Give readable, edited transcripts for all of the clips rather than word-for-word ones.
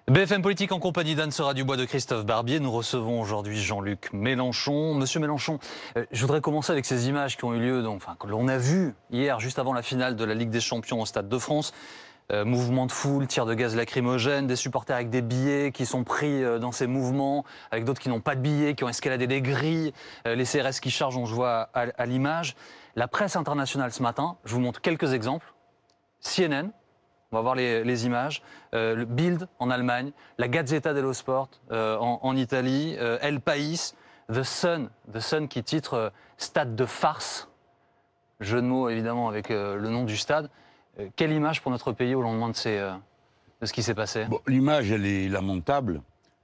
BFM Politique en compagnie d'Anne Sera Dubois de Christophe Barbier. Nous recevons aujourd'hui Jean-Luc Mélenchon. Monsieur Mélenchon, je voudrais commencer avec ces images qui ont eu lieu, que l'on a vues hier, juste avant la finale de la Ligue des Champions au Stade de France. Mouvement de foule, tir de gaz lacrymogène, des supporters avec des billets qui sont pris dans ces mouvements, avec d'autres qui n'ont pas de billets, qui ont escaladé des grilles, les CRS qui chargent, on se voit à l'image. La presse internationale ce matin, je vous montre quelques exemples. CNN. On va voir les images. Le Bild en Allemagne, la Gazzetta dello Sport en Italie, El País, The Sun qui titre Stade de farce. Jeu de mots évidemment avec le nom du stade. Quelle image pour notre pays au lendemain de ce qui s'est passé ? Bon, l'image, elle est lamentable,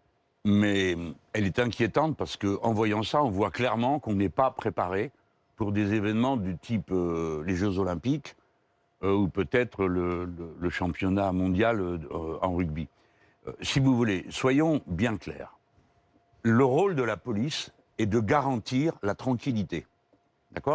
mais elle est inquiétante parce qu'en voyant ça, on voit clairement qu'on n'est pas préparé pour des événements du type les Jeux Olympiques, ou peut-être le championnat mondial en rugby. Si vous voulez, soyons bien clairs. Le rôle de la police est de garantir la tranquillité. D'accord ?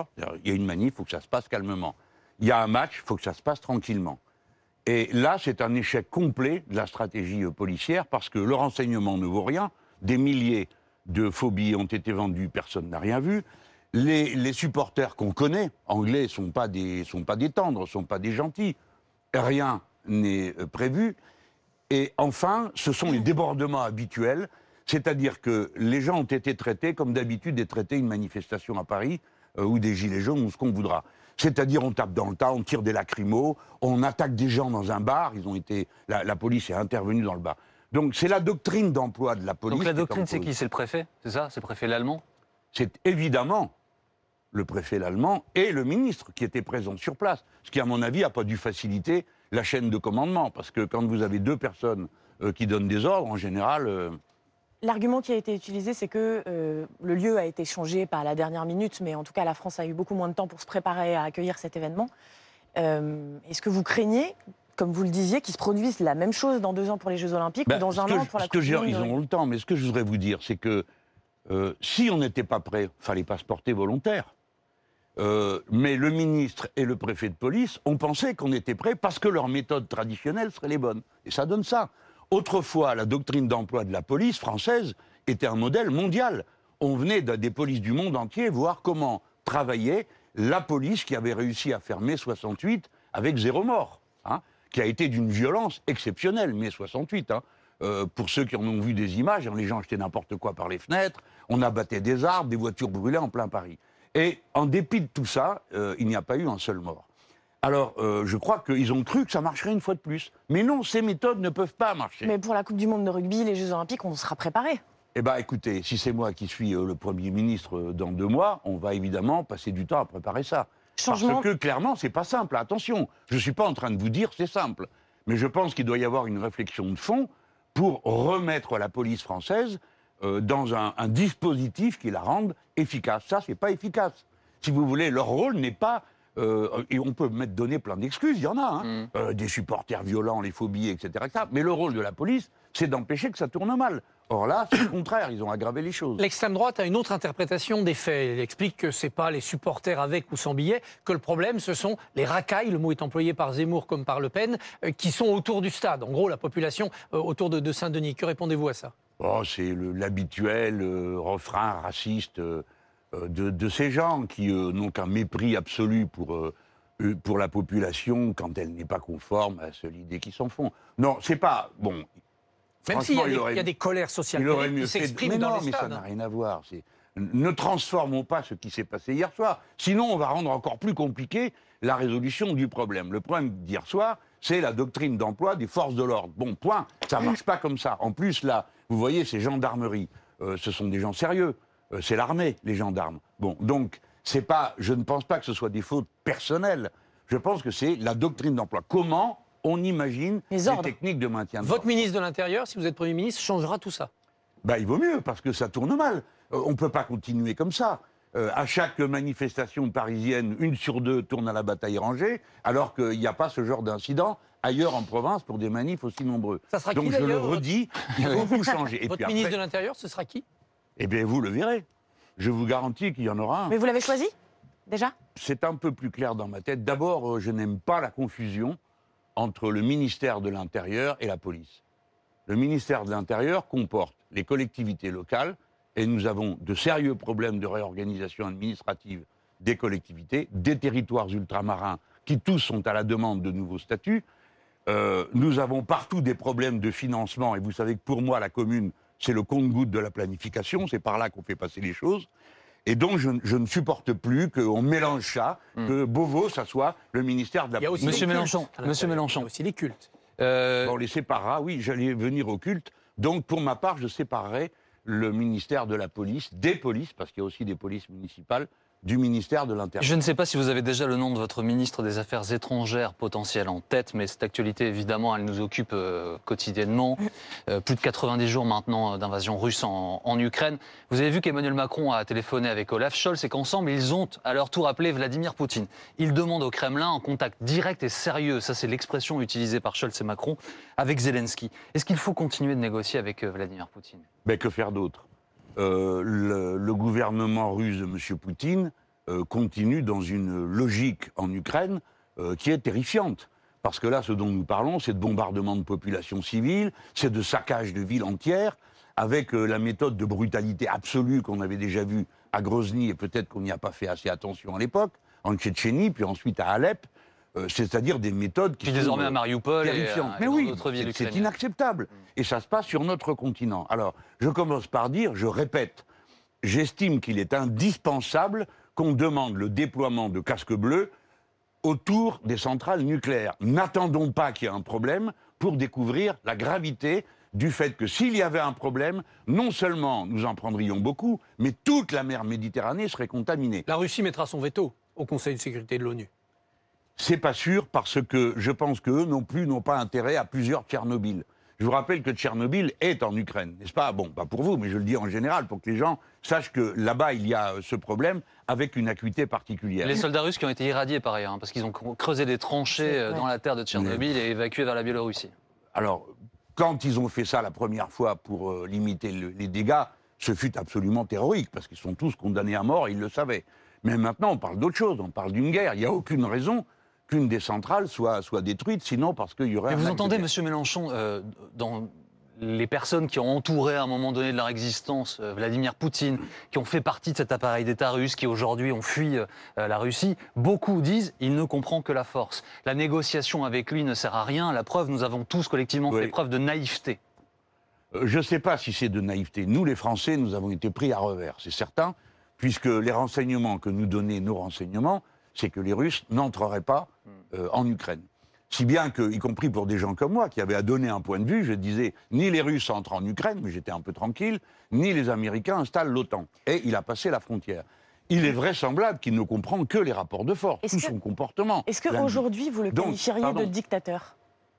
Il y a une manif, il faut que ça se passe calmement. Il y a un match, il faut que ça se passe tranquillement. Et là, c'est un échec complet de la stratégie policière parce que le renseignement ne vaut rien. Des milliers de faux billets ont été vendus, personne n'a rien vu. Les supporters qu'on connaît, anglais, ne sont pas des tendres, ne sont pas des gentils. Rien n'est prévu. Et enfin, ce sont les débordements habituels, c'est-à-dire que les gens ont été traités comme d'habitude est traitée une manifestation à Paris, ou des gilets jaunes, ou ce qu'on voudra. C'est-à-dire on tape dans le tas, on tire des lacrymos, on attaque des gens dans un bar, la police est intervenue dans le bar. Donc c'est la doctrine d'emploi de la police. Donc la doctrine, c'est qui ? C'est le préfet ? C'est ça ? C'est le préfet l'allemand ? C'est évidemment le préfet l'allemand et le ministre qui étaient présents sur place. Ce qui, à mon avis, n'a pas dû faciliter la chaîne de commandement. Parce que quand vous avez deux personnes qui donnent des ordres, en général... L'argument qui a été utilisé, c'est que le lieu a été changé par la dernière minute, mais en tout cas, la France a eu beaucoup moins de temps pour se préparer à accueillir cet événement. Est-ce que vous craignez, comme vous le disiez, qu'il se produise la même chose dans 2 ans pour les Jeux Olympiques ou dans un an pour la Coupe du Monde ? Ils auront le temps, mais ce que je voudrais vous dire, c'est que si on n'était pas prêt, il ne fallait pas se porter volontaire. Mais le ministre et le préfet de police ont pensé qu'on était prêt parce que leurs méthodes traditionnelles seraient les bonnes. Et ça donne ça. Autrefois, la doctrine d'emploi de la police française était un modèle mondial. On venait des polices du monde entier voir comment travaillait la police qui avait réussi à faire mai 68 avec 0 mort, qui a été d'une violence exceptionnelle, mai 68. Pour ceux qui en ont vu des images, les gens jetaient n'importe quoi par les fenêtres, on abattait des arbres, des voitures brûlaient en plein Paris. Et en dépit de tout ça, il n'y a pas eu un seul mort. Alors, je crois qu'ils ont cru que ça marcherait une fois de plus. Mais non, ces méthodes ne peuvent pas marcher. Mais pour la Coupe du Monde de rugby, les Jeux Olympiques, on sera préparé. Eh bien, écoutez, si c'est moi qui suis le Premier ministre dans 2 mois, on va évidemment passer du temps à préparer ça. Changement. Parce que, clairement, c'est pas simple. Attention, je ne suis pas en train de vous dire c'est simple. Mais je pense qu'il doit y avoir une réflexion de fond pour remettre la police française dans un dispositif qui la rende efficace. Ça, c'est pas efficace. Si vous voulez, leur rôle n'est pas... et on peut donner plein d'excuses, il y en a, des supporters violents, les phobies, etc., etc. Mais le rôle de la police, c'est d'empêcher que ça tourne mal. Or là, c'est le contraire, ils ont aggravé les choses. L'extrême droite a une autre interprétation des faits. Elle explique que ce n'est pas les supporters avec ou sans billets, que le problème, ce sont les racailles, le mot est employé par Zemmour comme par Le Pen, qui sont autour du stade. En gros, la population autour de Saint-Denis. Que répondez-vous à ça ? C'est l'habituel refrain raciste de ces gens qui n'ont qu'un mépris absolu pour la population quand elle n'est pas conforme à l'idée qu'ils s'en font. Non, c'est pas... Bon, même s'il y a des colères sociales qui s'expriment dans les stades. Mais ça n'a rien à voir. Ne transformons pas ce qui s'est passé hier soir. Sinon, on va rendre encore plus compliqué la résolution du problème. Le problème d'hier soir, c'est la doctrine d'emploi des forces de l'ordre. Bon, point. Ça ne marche pas comme ça. En plus, là, vous voyez, ces gendarmeries, ce sont des gens sérieux. C'est l'armée, les gendarmes. Bon, donc, je ne pense pas que ce soit des fautes personnelles. Je pense que c'est la doctrine d'emploi. Comment on imagine les techniques de maintien de l'ordre. Votre ministre de l'Intérieur, si vous êtes Premier ministre, changera tout ça. Il vaut mieux, parce que ça tourne mal. On ne peut pas continuer comme ça. À chaque manifestation parisienne, 1 sur 2 tourne à la bataille rangée, alors qu'il n'y a pas ce genre d'incident ailleurs en province pour des manifs aussi nombreux. Ça sera Donc qui, je le redis, il faut tout changer. Et votre ministre de l'Intérieur, ce sera qui ? Eh bien, vous le verrez. Je vous garantis qu'il y en aura un. Mais vous l'avez choisi, déjà ? C'est un peu plus clair dans ma tête. D'abord, je n'aime pas la confusion entre le ministère de l'Intérieur et la police. Le ministère de l'Intérieur comporte les collectivités locales et nous avons de sérieux problèmes de réorganisation administrative des collectivités, des territoires ultramarins qui tous sont à la demande de nouveaux statuts. Nous avons partout des problèmes de financement et vous savez que pour moi la commune c'est le compte-gouttes de la planification, c'est par là qu'on fait passer les choses. Et donc, je ne supporte plus qu'on mélange ça, que Beauvau, ça soit le ministère de la Police. Monsieur Mélenchon, Il y a aussi les cultes. On les séparera, oui, j'allais venir au culte. Donc, pour ma part, je séparerai le ministère de la police, des polices, parce qu'il y a aussi des polices municipales, du ministère de l'Intérieur. Je ne sais pas si vous avez déjà le nom de votre ministre des Affaires étrangères potentiel en tête, mais cette actualité, évidemment, elle nous occupe quotidiennement. Plus de 90 jours maintenant d'invasion russe en Ukraine. Vous avez vu qu'Emmanuel Macron a téléphoné avec Olaf Scholz et qu'ensemble, ils ont à leur tour appelé Vladimir Poutine. Ils demandent au Kremlin un contact direct et sérieux, ça c'est l'expression utilisée par Scholz et Macron, avec Zelensky. Est-ce qu'il faut continuer de négocier avec Vladimir Poutine ? Mais que faire d'autre ? Le gouvernement russe de M. Poutine continue dans une logique en Ukraine qui est terrifiante. Parce que là, ce dont nous parlons, c'est de bombardement de populations civiles, c'est de saccage de villes entières, avec la méthode de brutalité absolue qu'on avait déjà vue à Grozny, et peut-être qu'on n'y a pas fait assez attention à l'époque, en Tchétchénie, puis ensuite à Alep, c'est-à-dire des méthodes qui puis sont désormais à Mariupol et dans d'autres villes c'est ukrainiennes. inacceptable. Et ça se passe sur notre continent. Alors, je commence par dire, je répète, j'estime qu'il est indispensable qu'on demande le déploiement de casques bleus autour des centrales nucléaires. N'attendons pas qu'il y ait un problème pour découvrir la gravité du fait que s'il y avait un problème, non seulement nous en prendrions beaucoup, mais toute la mer Méditerranée serait contaminée. La Russie mettra son veto au Conseil de sécurité de l'ONU. C'est pas sûr parce que je pense qu'eux non plus n'ont pas intérêt à plusieurs Tchernobyl. Je vous rappelle que Tchernobyl est en Ukraine, n'est-ce pas ? Bon, pas pour vous, mais je le dis en général, pour que les gens sachent que là-bas, il y a ce problème avec une acuité particulière. Les soldats russes qui ont été irradiés par ailleurs, parce qu'ils ont creusé des tranchées dans la terre de Tchernobyl et évacués vers la Biélorussie. Alors, quand ils ont fait ça la première fois pour limiter les dégâts, ce fut absolument terrorique, parce qu'ils sont tous condamnés à mort, ils le savaient. Mais maintenant, on parle d'autre chose, on parle d'une guerre. Il n'y a aucune raison qu'une des centrales soit détruite, sinon parce qu'il y aurait... Mais vous entendez, M. Mélenchon, dans les personnes qui ont entouré à un moment donné de leur existence Vladimir Poutine, qui ont fait partie de cet appareil d'État russe, qui aujourd'hui ont fui la Russie, beaucoup disent il ne comprend que la force. La négociation avec lui ne sert à rien. La preuve, nous avons tous collectivement fait preuve de naïveté. Je ne sais pas si c'est de naïveté. Nous, les Français, nous avons été pris à revers, c'est certain, puisque les renseignements que nous donnaient nos renseignements, c'est que les Russes n'entreraient pas en Ukraine. Si bien que, y compris pour des gens comme moi, qui avaient à donner un point de vue, je disais, ni les Russes entrent en Ukraine, mais j'étais un peu tranquille, ni les Américains installent l'OTAN. Et il a passé la frontière. Il est vraisemblable qu'il ne comprend que les rapports de force, tout son comportement. Est-ce qu'aujourd'hui, vous le qualifieriez de dictateur ?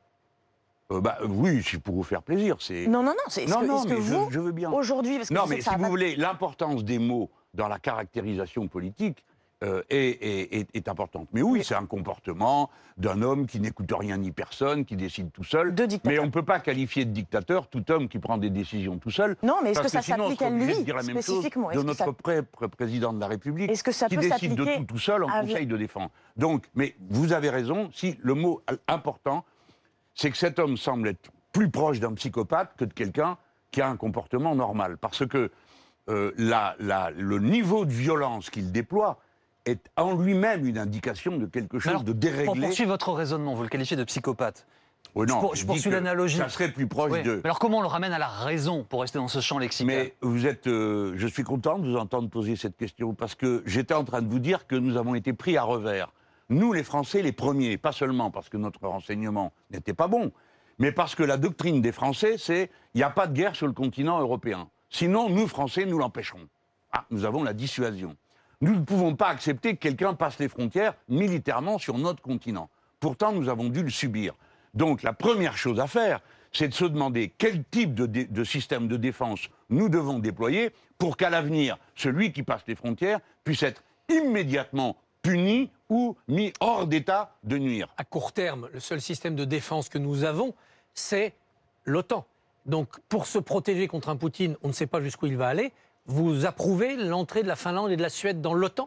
Oui, c'est pour vous faire plaisir. Non, c'est est-ce que vous, je veux bien. Aujourd'hui, parce que non, mais si vous voulez, l'importance des mots dans la caractérisation politique est importante. Mais oui, c'est un comportement d'un homme qui n'écoute rien ni personne, qui décide tout seul. Mais on ne peut pas qualifier de dictateur tout homme qui prend des décisions tout seul. Non, mais est-ce que ça sinon, s'applique à lui spécifiquement de notre président de la République, est-ce que ça qui peut décide de s'appliquer tout seul en Conseil de défense. Donc, mais vous avez raison, si le mot important, c'est que cet homme semble être plus proche d'un psychopathe que de quelqu'un qui a un comportement normal. Parce que le niveau de violence qu'il déploie est en lui-même une indication de quelque chose de déréglé. Pour poursuivre votre raisonnement, vous le qualifiez de psychopathe. Non, je poursuis l'analogie. Ça serait plus proche de... Alors comment on le ramène à la raison pour rester dans ce champ lexical ? Mais vous êtes... je suis content de vous entendre poser cette question parce que j'étais en train de vous dire que nous avons été pris à revers. Nous, les Français, les premiers, pas seulement parce que notre renseignement n'était pas bon, mais parce que la doctrine des Français, c'est il n'y a pas de guerre sur le continent européen. Sinon, nous, Français, nous l'empêcherons. Ah, nous avons la dissuasion. Nous ne pouvons pas accepter que quelqu'un passe les frontières militairement sur notre continent. Pourtant, nous avons dû le subir. Donc, la première chose à faire, c'est de se demander quel type de système de défense nous devons déployer pour qu'à l'avenir, celui qui passe les frontières puisse être immédiatement puni ou mis hors d'état de nuire. À court terme, le seul système de défense que nous avons, c'est l'OTAN. Donc, pour se protéger contre un Poutine, on ne sait pas jusqu'où il va aller. Vous approuvez l'entrée de la Finlande et de la Suède dans l'OTAN ?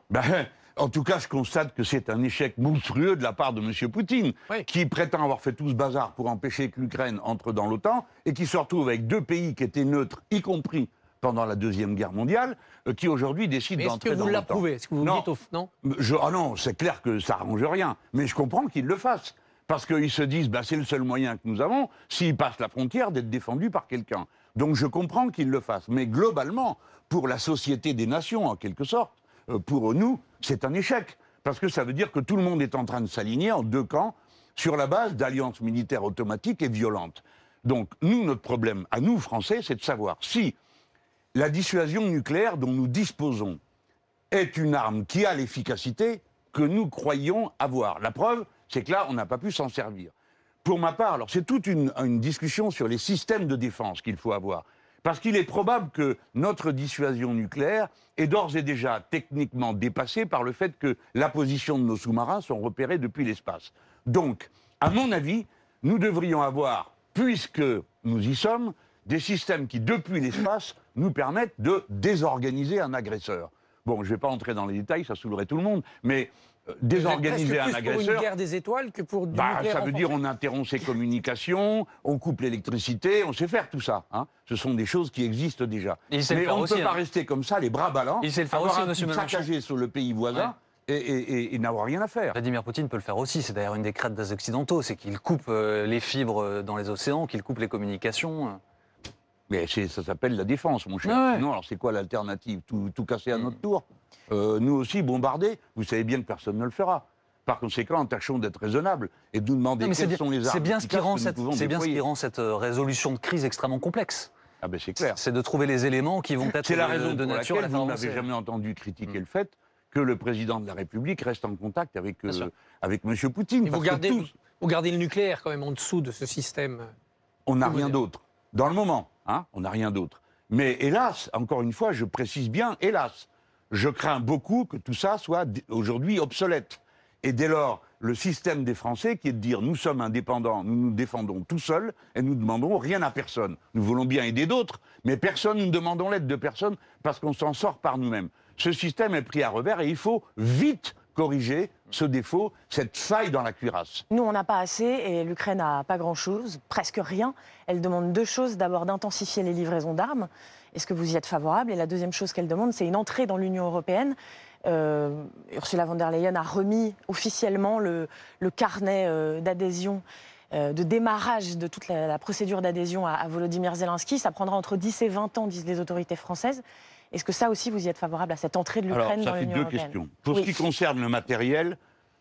En tout cas, je constate que c'est un échec monstrueux de la part de M. Poutine, Oui. qui prétend avoir fait tout ce bazar pour empêcher que l'Ukraine entre dans l'OTAN, et qui se retrouve avec 2 pays qui étaient neutres, y compris pendant la Deuxième Guerre mondiale, qui aujourd'hui décident Mais est-ce d'entrer que dans vous l'OTAN. l'approuvez? Est-ce que vous Non. dites non? Ah non, c'est clair que ça arrange rien. Mais je comprends qu'ils le fassent. Parce qu'ils se disent, c'est le seul moyen que nous avons, s'ils passent la frontière, d'être défendus par quelqu'un. Donc je comprends qu'ils le fassent. Mais globalement, pour la société des nations, en quelque sorte, pour nous, c'est un échec. Parce que ça veut dire que tout le monde est en train de s'aligner en 2 camps sur la base d'alliances militaires automatiques et violentes. Donc nous, notre problème, à nous, Français, c'est de savoir si la dissuasion nucléaire dont nous disposons est une arme qui a l'efficacité que nous croyons avoir. La preuve, c'est que là, on n'a pas pu s'en servir. Pour ma part, alors c'est toute une discussion sur les systèmes de défense qu'il faut avoir. Parce qu'il est probable que notre dissuasion nucléaire est d'ores et déjà techniquement dépassée par le fait que la position de nos sous-marins sont repérés depuis l'espace. Donc, à mon avis, nous devrions avoir, puisque nous y sommes, des systèmes qui, depuis l'espace, nous permettent de désorganiser un agresseur. Bon, je ne vais pas entrer dans les détails, ça saoulerait tout le monde, mais désorganiser un Presque plus pour agresseur... une guerre des étoiles que pour du nucléaire ça veut dire renforcé. on interrompt ses communications, on coupe l'électricité, on sait faire tout ça. Hein. Ce sont des choses qui existent déjà. Et il sait le Mais faire on ne aussi, peut pas hein. rester comme ça, les bras ballants, Il sait le faire avoir aussi, un monsieur type Mélenchon. saccagé sur le pays voisin et n'avoir rien à faire. Vladimir Poutine peut le faire aussi. C'est d'ailleurs une des crêtes des Occidentaux. C'est qu'il coupe les fibres dans les océans, qu'il coupe les communications. Mais ça s'appelle la défense, mon cher. Ouais. Sinon, alors c'est quoi l'alternative? Tout casser à notre tour? Nous aussi, bombarder, vous savez bien que personne ne le fera. Par conséquent, tâchons d'être raisonnables et de nous demander Non, mais quelles sont les armes c'est bien ce qui rend efficaces que nous pouvons c'est bien ce qui déployer. rend cette résolution de crise extrêmement complexe. Ah ben c'est clair. C'est de trouver les éléments qui vont être C'est la raison de pour nature à la laquelle faire vous n'avez avancer. jamais entendu critiquer le fait que le président de la République reste en contact avec M. Poutine. Et vous Parce que gardez le nucléaire quand même en dessous de ce système. on n'a Comment rien dire d'autre. Dans le moment, hein, on n'a rien d'autre. Mais hélas, encore une fois, je précise bien, hélas, je crains beaucoup que tout ça soit aujourd'hui obsolète. Et dès lors, le système des Français qui est de dire nous sommes indépendants, nous nous défendons tout seuls et nous ne demandons rien à personne. Nous voulons bien aider d'autres, mais personne, nous ne demandons l'aide de personne parce qu'on s'en sort par nous-mêmes. Ce système est pris à revers et il faut vite corriger ce défaut, cette faille dans la cuirasse. Nous, on n'a pas assez et l'Ukraine n'a pas grand-chose, presque rien. Elle demande 2 choses. D'abord, d'intensifier les livraisons d'armes. Est-ce que vous y êtes favorable? Et la deuxième chose qu'elle demande, c'est une entrée dans l'Union européenne. Ursula von der Leyen a remis officiellement le carnet d'adhésion, de démarrage de toute la procédure d'adhésion à Volodymyr Zelensky. Ça prendra entre 10 et 20 ans, disent les autorités françaises. Est-ce que ça aussi, vous y êtes favorable à cette entrée de Alors, l'Ukraine ça dans fait l'Union 2 européenne? questions. Pour Oui. ce qui concerne le matériel,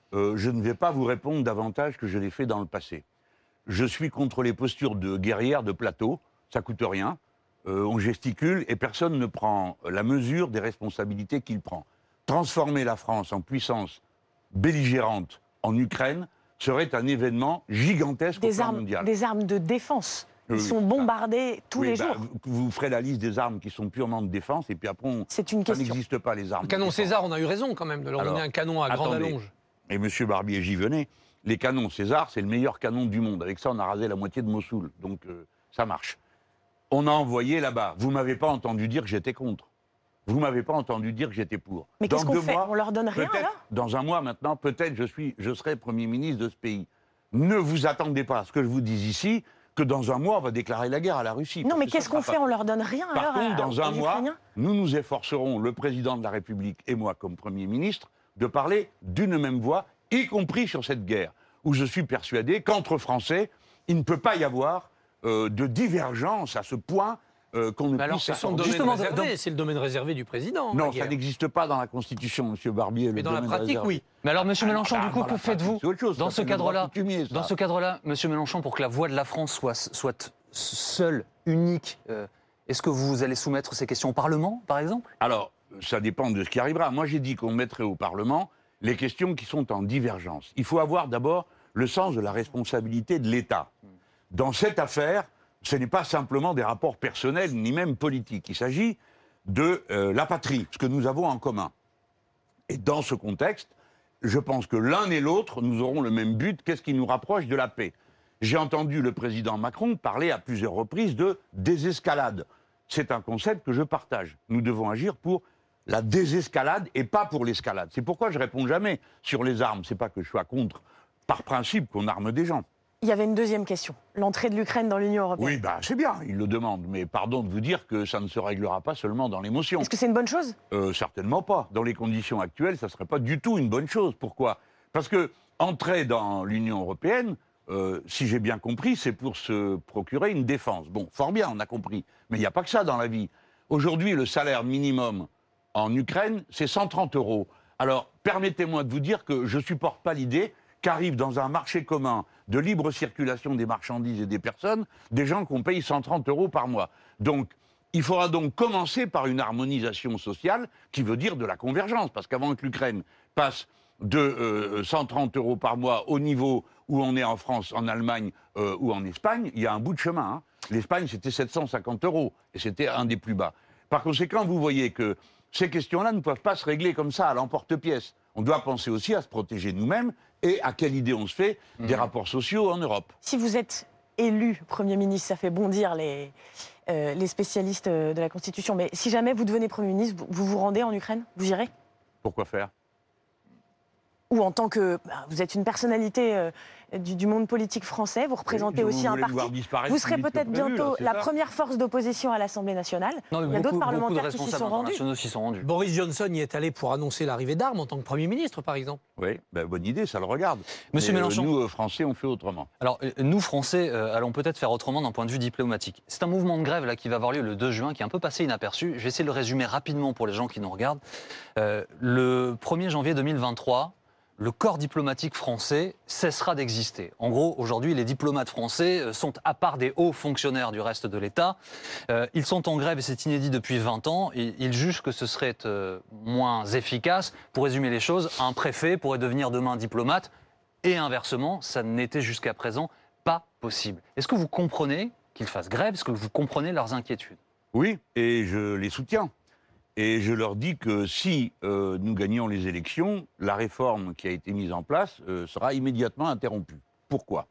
je ne vais pas vous répondre davantage que je l'ai fait dans le passé. Je suis contre les postures de guerrières de plateau, ça coûte rien, on gesticule et personne ne prend la mesure des responsabilités qu'il prend. Transformer la France en puissance belligérante en Ukraine serait un événement gigantesque au plan mondial. Des armes de défense. Ils Oui, sont bombardés tous les jours. Vous ferez la liste des armes qui sont purement de défense et puis après, C'est une ça question. n'existe pas les armes. Le canon de défense. César, on a eu raison quand même de leur donner Alors, un canon à grande attendez. allonge. Et M. Barbier, j'y venais. Les canons César, c'est le meilleur canon du monde. Avec ça, on a rasé la moitié de Mossoul. Donc, ça marche. On a envoyé là-bas. Vous ne m'avez pas entendu dire que j'étais contre. Vous ne m'avez pas entendu dire que j'étais pour. Mais qu'est-ce Dans qu'on 2 fait? mois, On leur donne rien peut-être, alors? dans 1 mois maintenant, peut-être je serai Premier ministre de ce pays. Ne vous attendez pas à ce que je vous dise ici que dans 1 mois, on va déclarer la guerre à la Russie. Non, parce mais que ça qu'est-ce qu'on sera fait? pas- On leur donne rien Par alors contre, dans 1 aux mois, Ukrainiens? nous nous efforcerons, le président de la République et moi comme Premier ministre, de parler d'une même voix, y compris sur cette guerre, où je suis persuadé qu'entre Français, il ne peut pas y avoir de divergence à ce point qu'on ne Mais alors, puisse ce sont s'accorder. justement, C'est le domaine réservé du président. Non, la ça guerre. n'existe pas dans la Constitution, M. Barbier. Mais le dans la domaine pratique, réservé. oui. Mais alors, Monsieur Mélenchon, bah, du coup, dans la que faites-vous pratique, c'est autre chose, dans ça ce s'appelle le droit cadre-là? coutumier, ça. Dans ce cadre-là, Monsieur Mélenchon, pour que la voix de la France soit seule, unique, est-ce que vous allez soumettre ces questions au Parlement, par exemple? Alors, ça dépend de ce qui arrivera. Moi, j'ai dit qu'on mettrait au Parlement les questions qui sont en divergence. Il faut avoir d'abord le sens de la responsabilité de l'État. Dans cette affaire, ce n'est pas simplement des rapports personnels, ni même politiques. Il s'agit de la patrie, ce que nous avons en commun. Et dans ce contexte, je pense que l'un et l'autre, nous aurons le même but, qu'est-ce qui nous rapproche de la paix. J'ai entendu le président Macron parler à plusieurs reprises de désescalade. C'est un concept que je partage. Nous devons agir pour la désescalade et pas pour l'escalade. C'est pourquoi je réponds jamais sur les armes. C'est pas que je sois contre, par principe, qu'on arme des gens. Il y avait une deuxième question, l'entrée de l'Ukraine dans l'Union européenne. Oui, c'est bien, ils le demandent. Mais pardon de vous dire que ça ne se réglera pas seulement dans l'émotion. Est-ce que c'est une bonne chose? Certainement pas. Dans les conditions actuelles, ça ne serait pas du tout une bonne chose. Pourquoi? Parce que entrer dans l'Union européenne, si j'ai bien compris, c'est pour se procurer une défense. Bon, fort bien, on a compris. Mais il n'y a pas que ça dans la vie. Aujourd'hui, le salaire minimum en Ukraine, c'est 130 €. Alors, permettez-moi de vous dire que je ne supporte pas l'idée qu'arrivent dans un marché commun de libre circulation des marchandises et des personnes des gens qu'on paye 130 € par mois. Donc, il faudra donc commencer par une harmonisation sociale qui veut dire de la convergence. Parce qu'avant que l'Ukraine passe de 130 € par mois au niveau où on est en France, en Allemagne ou en Espagne, il y a un bout de chemin. Hein. L'Espagne, c'était 750 € et c'était un des plus bas. Par conséquent, vous voyez que ces questions-là ne peuvent pas se régler comme ça, à l'emporte-pièce. On doit penser aussi à se protéger nous-mêmes et à quelle idée on se fait des rapports sociaux en Europe. Si vous êtes élu Premier ministre, ça fait bondir les spécialistes de la Constitution, mais si jamais vous devenez Premier ministre, vous vous rendez en Ukraine? Vous irez? Pourquoi faire? Ou en tant que... vous êtes une personnalité du monde politique français, vous représentez aussi un parti. Vous serez peut-être bientôt la première force d'opposition à l'Assemblée nationale. Non, il y a d'autres parlementaires qui s'y sont rendus. Boris Johnson y est allé pour annoncer l'arrivée d'armes en tant que Premier ministre, par exemple. Oui, bonne idée, ça le regarde. Monsieur Mélenchon. Nous, Français, on fait autrement. Alors, nous, Français, allons peut-être faire autrement d'un point de vue diplomatique. C'est un mouvement de grève là, qui va avoir lieu le 2 juin, qui est un peu passé inaperçu. Je vais essayer de le résumer rapidement pour les gens qui nous regardent. Le 1er janvier 2023... le corps diplomatique français cessera d'exister. En gros, aujourd'hui, les diplomates français sont à part des hauts fonctionnaires du reste de l'État. Ils sont en grève et c'est inédit depuis 20 ans. Ils jugent que ce serait moins efficace. Pour résumer les choses, un préfet pourrait devenir demain diplomate et inversement, ça n'était jusqu'à présent pas possible. Est-ce que vous comprenez qu'ils fassent grève? Est-ce que vous comprenez leurs inquiétudes? Oui, et je les soutiens. Et je leur dis que si nous gagnons les élections, la réforme qui a été mise en place sera immédiatement interrompue. Pourquoi?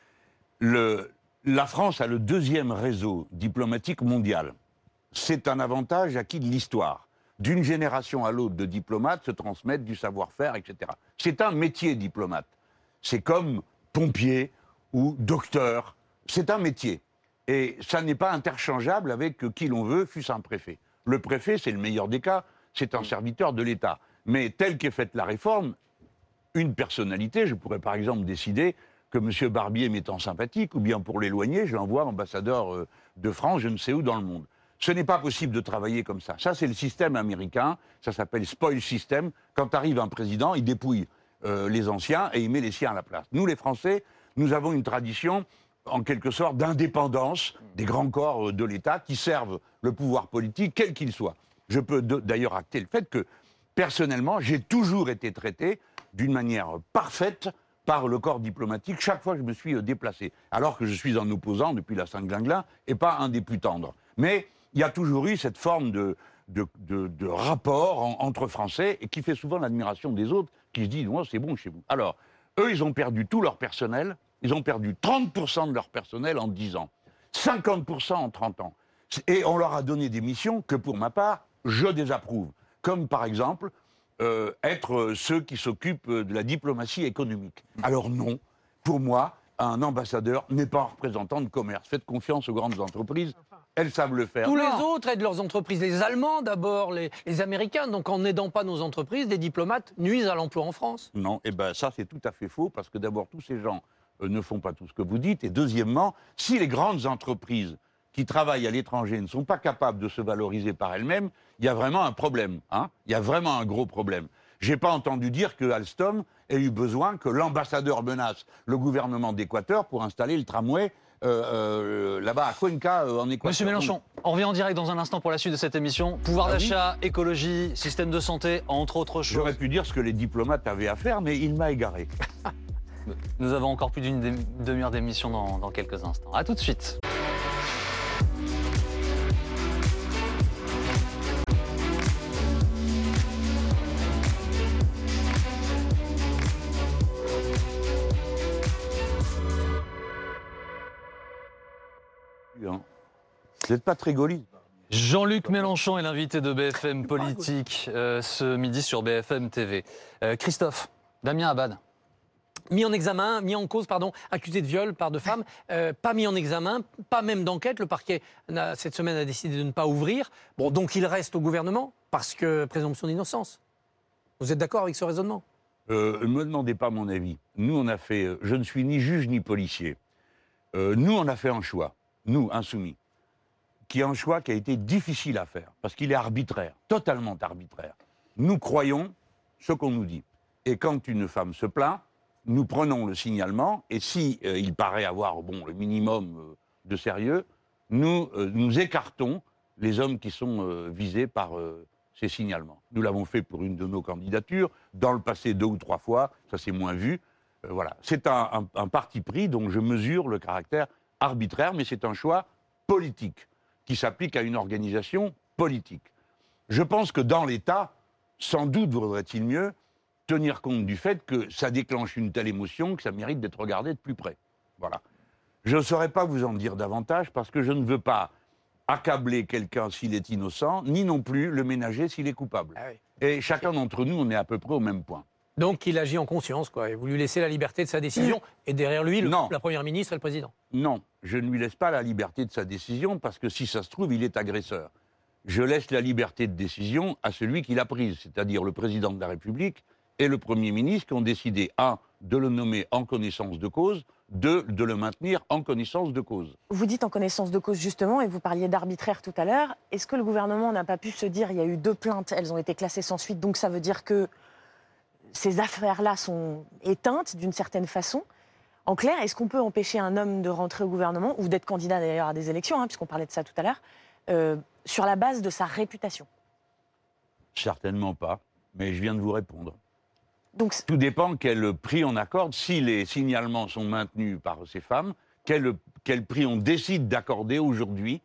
La France a le deuxième réseau diplomatique mondial. C'est un avantage acquis de l'histoire. D'une génération à l'autre de diplomates se transmettent du savoir-faire, etc. C'est un métier diplomate. C'est comme pompier ou docteur. C'est un métier. Et ça n'est pas interchangeable avec qui l'on veut, fût-ce un préfet. Le préfet, c'est le meilleur des cas, c'est un serviteur de l'État. Mais telle qu'est faite la réforme, une personnalité, je pourrais par exemple décider que M. Barbier m'étant sympathique, ou bien pour l'éloigner, je l'envoie ambassadeur de France, je ne sais où dans le monde. Ce n'est pas possible de travailler comme ça. Ça, c'est le système américain, ça s'appelle spoil system. Quand arrive un président, il dépouille les anciens et il met les siens à la place. Nous, les Français, nous avons une tradition en quelque sorte d'indépendance des grands corps de l'État qui servent le pouvoir politique, quel qu'il soit. Je peux d'ailleurs acter le fait que, personnellement, j'ai toujours été traité d'une manière parfaite par le corps diplomatique chaque fois que je me suis déplacé, alors que je suis un opposant depuis la Saint-Glinglin et pas un des plus tendres. Mais il y a toujours eu cette forme de rapport entre Français et qui fait souvent l'admiration des autres qui se disent oh, « c'est bon chez vous ». Alors, eux, ils ont perdu tout leur personnel. Ils ont perdu 30% de leur personnel en 10 ans, 50% en 30 ans. Et on leur a donné des missions que, pour ma part, je désapprouve. Comme, par exemple, être ceux qui s'occupent de la diplomatie économique. Alors non, pour moi, un ambassadeur n'est pas un représentant de commerce. Faites confiance aux grandes entreprises, elles savent le faire. Tous les autres aident leurs entreprises. Les Allemands d'abord, les Américains. Donc en n'aidant pas nos entreprises, des diplomates nuisent à l'emploi en France. Non, et ben ça c'est tout à fait faux, parce que d'abord tous ces gens ne font pas tout ce que vous dites. Et deuxièmement, si les grandes entreprises qui travaillent à l'étranger ne sont pas capables de se valoriser par elles-mêmes, il y a vraiment un problème. Hein, il y a vraiment un gros problème. Je n'ai pas entendu dire que Alstom ait eu besoin que l'ambassadeur menace le gouvernement d'Équateur pour installer le tramway là-bas à Cuenca, en Équateur. Monsieur Mélenchon, on revient en direct dans un instant pour la suite de cette émission. Pouvoir d'achat, écologie, système de santé, entre autres choses. J'aurais pu dire ce que les diplomates avaient à faire, mais il m'a égaré. Nous avons encore plus d'une demi-heure d'émission dans quelques instants. A tout de suite. Vous n'êtes pas très gaulliste. Jean-Luc Mélenchon est l'invité de BFM Politique ce midi sur BFM TV. Christophe, Damien Abad. Mis en cause, accusé de viol par deux femmes, pas mis en examen, pas même d'enquête. Le parquet, cette semaine, a décidé de ne pas ouvrir. Bon, donc il reste au gouvernement, parce que présomption d'innocence. Vous êtes d'accord avec ce raisonnement ? Ne me demandez pas mon avis. Nous, on a fait... je ne suis ni juge ni policier. Nous, on a fait un choix, nous, insoumis, qui est un choix qui a été difficile à faire, parce qu'il est arbitraire, totalement arbitraire. Nous croyons ce qu'on nous dit. Et quand une femme se plaint, nous prenons le signalement, et si il paraît avoir le minimum de sérieux, nous écartons les hommes qui sont visés par ces signalements. Nous l'avons fait pour une de nos candidatures, dans le passé 2 ou 3 fois, ça s'est moins vu. Voilà. C'est un parti pris dont je mesure le caractère arbitraire, mais c'est un choix politique qui s'applique à une organisation politique. Je pense que dans l'État, sans doute vaudrait-il mieux tenir compte du fait que ça déclenche une telle émotion que ça mérite d'être regardé de plus près. Voilà. Je ne saurais pas vous en dire davantage parce que je ne veux pas accabler quelqu'un s'il est innocent, ni non plus le ménager s'il est coupable. Ah oui. Et chacun d'entre nous, on est à peu près au même point. Donc il agit en conscience, quoi, et vous lui laissez la liberté de sa décision, et derrière lui, la Première ministre et le Président. Non, je ne lui laisse pas la liberté de sa décision, parce que si ça se trouve, il est agresseur. Je laisse la liberté de décision à celui qui l'a prise, c'est-à-dire le Président de la République et le Premier ministre, qui ont décidé, 1, de le nommer en connaissance de cause, 2, de le maintenir en connaissance de cause. Vous dites en connaissance de cause, justement, et vous parliez d'arbitraire tout à l'heure. Est-ce que le gouvernement n'a pas pu se dire, il y a eu 2 plaintes, elles ont été classées sans suite, donc ça veut dire que ces affaires-là sont éteintes d'une certaine façon. En clair, est-ce qu'on peut empêcher un homme de rentrer au gouvernement, ou d'être candidat d'ailleurs à des élections, puisqu'on parlait de ça tout à l'heure, sur la base de sa réputation ? Certainement pas, mais je viens de vous répondre. Donc, tout dépend quel prix on accorde. Si les signalements sont maintenus par ces femmes, quel prix on décide d'accorder aujourd'hui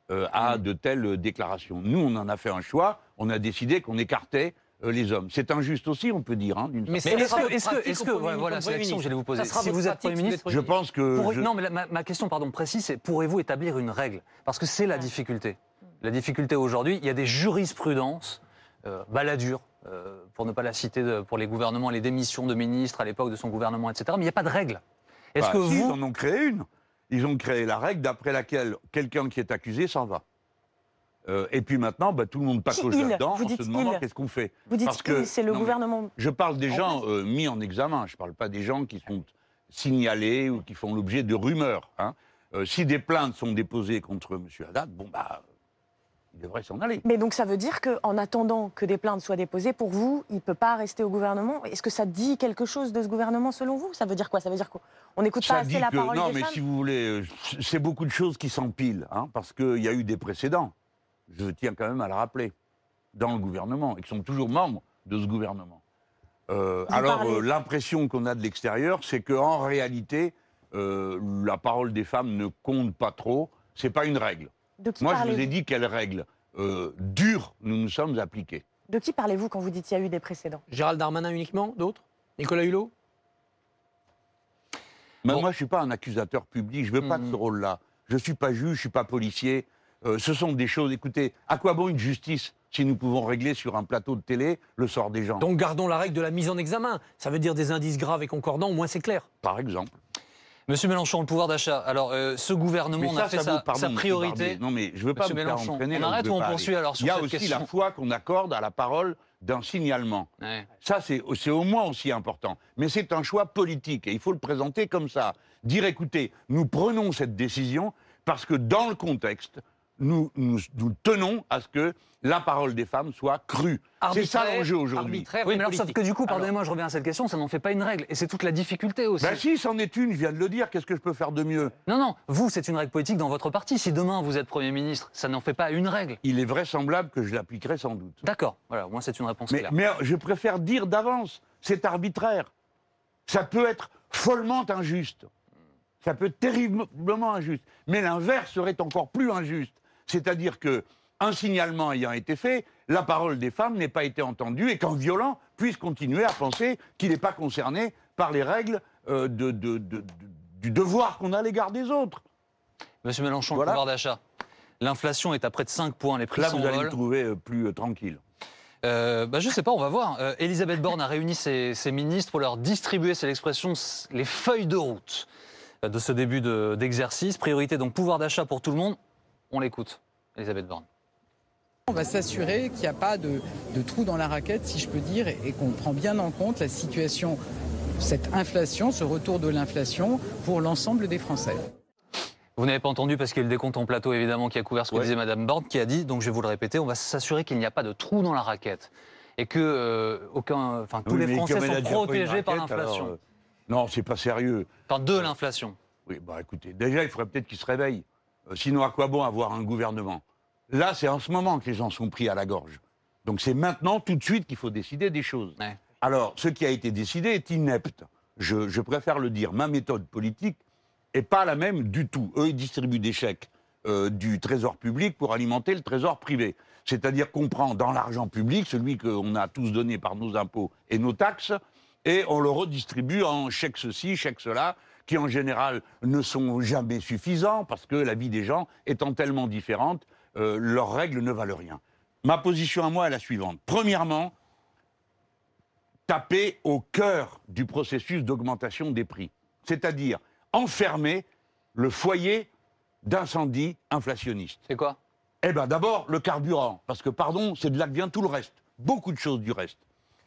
à de telles déclarations. Nous, on en a fait un choix, on a décidé qu'on écartait les hommes. C'est injuste aussi, on peut dire. Mais est-ce que voilà, c'est la question que j'allais vous poser. Si vous êtes Premier ministre, je pense que... Non, mais ma question, précise, c'est pourrez-vous établir une règle ? Parce que c'est la difficulté. La difficulté aujourd'hui, il y a des jurisprudences, Balladur, pour ne pas la citer, pour les gouvernements, les démissions de ministres à l'époque de son gouvernement, etc. Mais il n'y a pas de règle. Est-ce que ils en ont créé une. Ils ont créé la règle d'après laquelle quelqu'un qui est accusé s'en va. Et puis maintenant, tout le monde patauge là-dedans en se demandant qu'est-ce qu'on fait. Vous dites que c'est le gouvernement... Je parle des gens mis en examen, je ne parle pas des gens qui sont signalés ou qui font l'objet de rumeurs. Si des plaintes sont déposées contre M. Haddad, il devrait s'en aller. Mais donc ça veut dire qu'en attendant que des plaintes soient déposées, pour vous, il ne peut pas rester au gouvernement ? Est-ce que ça dit quelque chose de ce gouvernement selon vous ? Ça veut dire quoi ? Ça veut dire qu'on n'écoute pas assez la parole des femmes ? Non, mais si vous voulez, c'est beaucoup de choses qui s'empilent, parce qu'il y a eu des précédents. Je tiens quand même à le rappeler, dans le gouvernement, et qui sont toujours membres de ce gouvernement. L'impression qu'on a de l'extérieur, c'est qu'en réalité, la parole des femmes ne compte pas trop. C'est pas une règle. Moi, je vous ai dit quelle règle dure nous nous sommes appliqués. De qui parlez-vous quand vous dites qu'il y a eu des précédents ? Gérald Darmanin uniquement ? D'autres ? Nicolas Hulot ? Moi, je ne suis pas un accusateur public. Je ne veux pas de ce rôle-là. Je ne suis pas juge, je ne suis pas policier. Ce sont des choses... Écoutez, à quoi bon une justice si nous pouvons régler sur un plateau de télé le sort des gens ? Donc gardons la règle de la mise en examen. Ça veut dire des indices graves et concordants, au moins c'est clair. Par exemple. Monsieur Mélenchon, le pouvoir d'achat. Alors, ce gouvernement a fait sa priorité. Non, mais je ne veux pas me faire entraîner. On arrête ou on poursuit alors sur cette question ? Il y a aussi la foi qu'on accorde à la parole d'un signalement. Ouais. Ça, c'est au moins aussi important. Mais c'est un choix politique et il faut le présenter comme ça. Dire, écoutez, nous prenons cette décision parce que dans le contexte, nous tenons à ce que la parole des femmes soit crue. C'est ça l'enjeu aujourd'hui. Oui, mais alors, sauf que du coup, pardonnez-moi, je reviens à cette question, ça n'en fait pas une règle. Et c'est toute la difficulté aussi. Si, c'en est une, je viens de le dire, qu'est-ce que je peux faire de mieux ? Non, vous, c'est une règle politique dans votre parti. Si demain vous êtes Premier ministre, ça n'en fait pas une règle. Il est vraisemblable que je l'appliquerai sans doute. D'accord, voilà, au moins c'est une réponse claire. Mais je préfère dire d'avance, c'est arbitraire. Ça peut être follement injuste. Ça peut être terriblement injuste. Mais l'inverse serait encore plus injuste. C'est-à-dire qu'un signalement ayant été fait, la parole des femmes n'ait pas été entendue et qu'un violent puisse continuer à penser qu'il n'est pas concerné par les règles du devoir qu'on a à l'égard des autres. Monsieur Mélenchon, le pouvoir d'achat. L'inflation est à près de 5 points, les prix Là, vous allez s'envolent. me trouver plus tranquille. Je sais pas, on va voir. Elisabeth Borne a réuni ses ministres pour leur distribuer, c'est l'expression, les feuilles de route de ce début d'exercice. Priorité donc pouvoir d'achat pour tout le monde. On l'écoute, Elisabeth Borne. On va s'assurer qu'il n'y a pas de trou dans la raquette, si je peux dire, et qu'on prend bien en compte la situation, cette inflation, ce retour de l'inflation pour l'ensemble des Français. Vous n'avez pas entendu parce qu'il y a le décompte en plateau évidemment qui a couvert ce que Ouais. disait Madame Borne, qui a dit, donc je vais vous le répéter, on va s'assurer qu'il n'y a pas de trou dans la raquette et que tous Oui, les mais Français comme elle a sont déjà pas une protégés par raquette, l'inflation. alors, non, c'est pas sérieux. Enfin, de l'inflation. Oui, bah écoutez, déjà, il faudrait peut-être qu'ils se réveillent. Sinon, à quoi bon avoir un gouvernement? Là, c'est en ce moment que les gens sont pris à la gorge. Donc c'est maintenant, tout de suite, qu'il faut décider des choses. Ouais. Alors, ce qui a été décidé est inepte. Je préfère le dire. Ma méthode politique n'est pas la même du tout. Eux, ils distribuent des chèques du trésor public pour alimenter le trésor privé. C'est-à-dire qu'on prend dans l'argent public, celui qu'on a tous donné par nos impôts et nos taxes, et on le redistribue en chèques ceci, chèques cela, qui en général ne sont jamais suffisants, parce que la vie des gens étant tellement différente, leurs règles ne valent rien. Ma position à moi est la suivante. Premièrement, taper au cœur du processus d'augmentation des prix. C'est-à-dire enfermer le foyer d'incendie inflationniste. C'est quoi? Eh bien, d'abord, le carburant. Parce que, pardon, c'est de là que vient tout le reste. Beaucoup de choses du reste.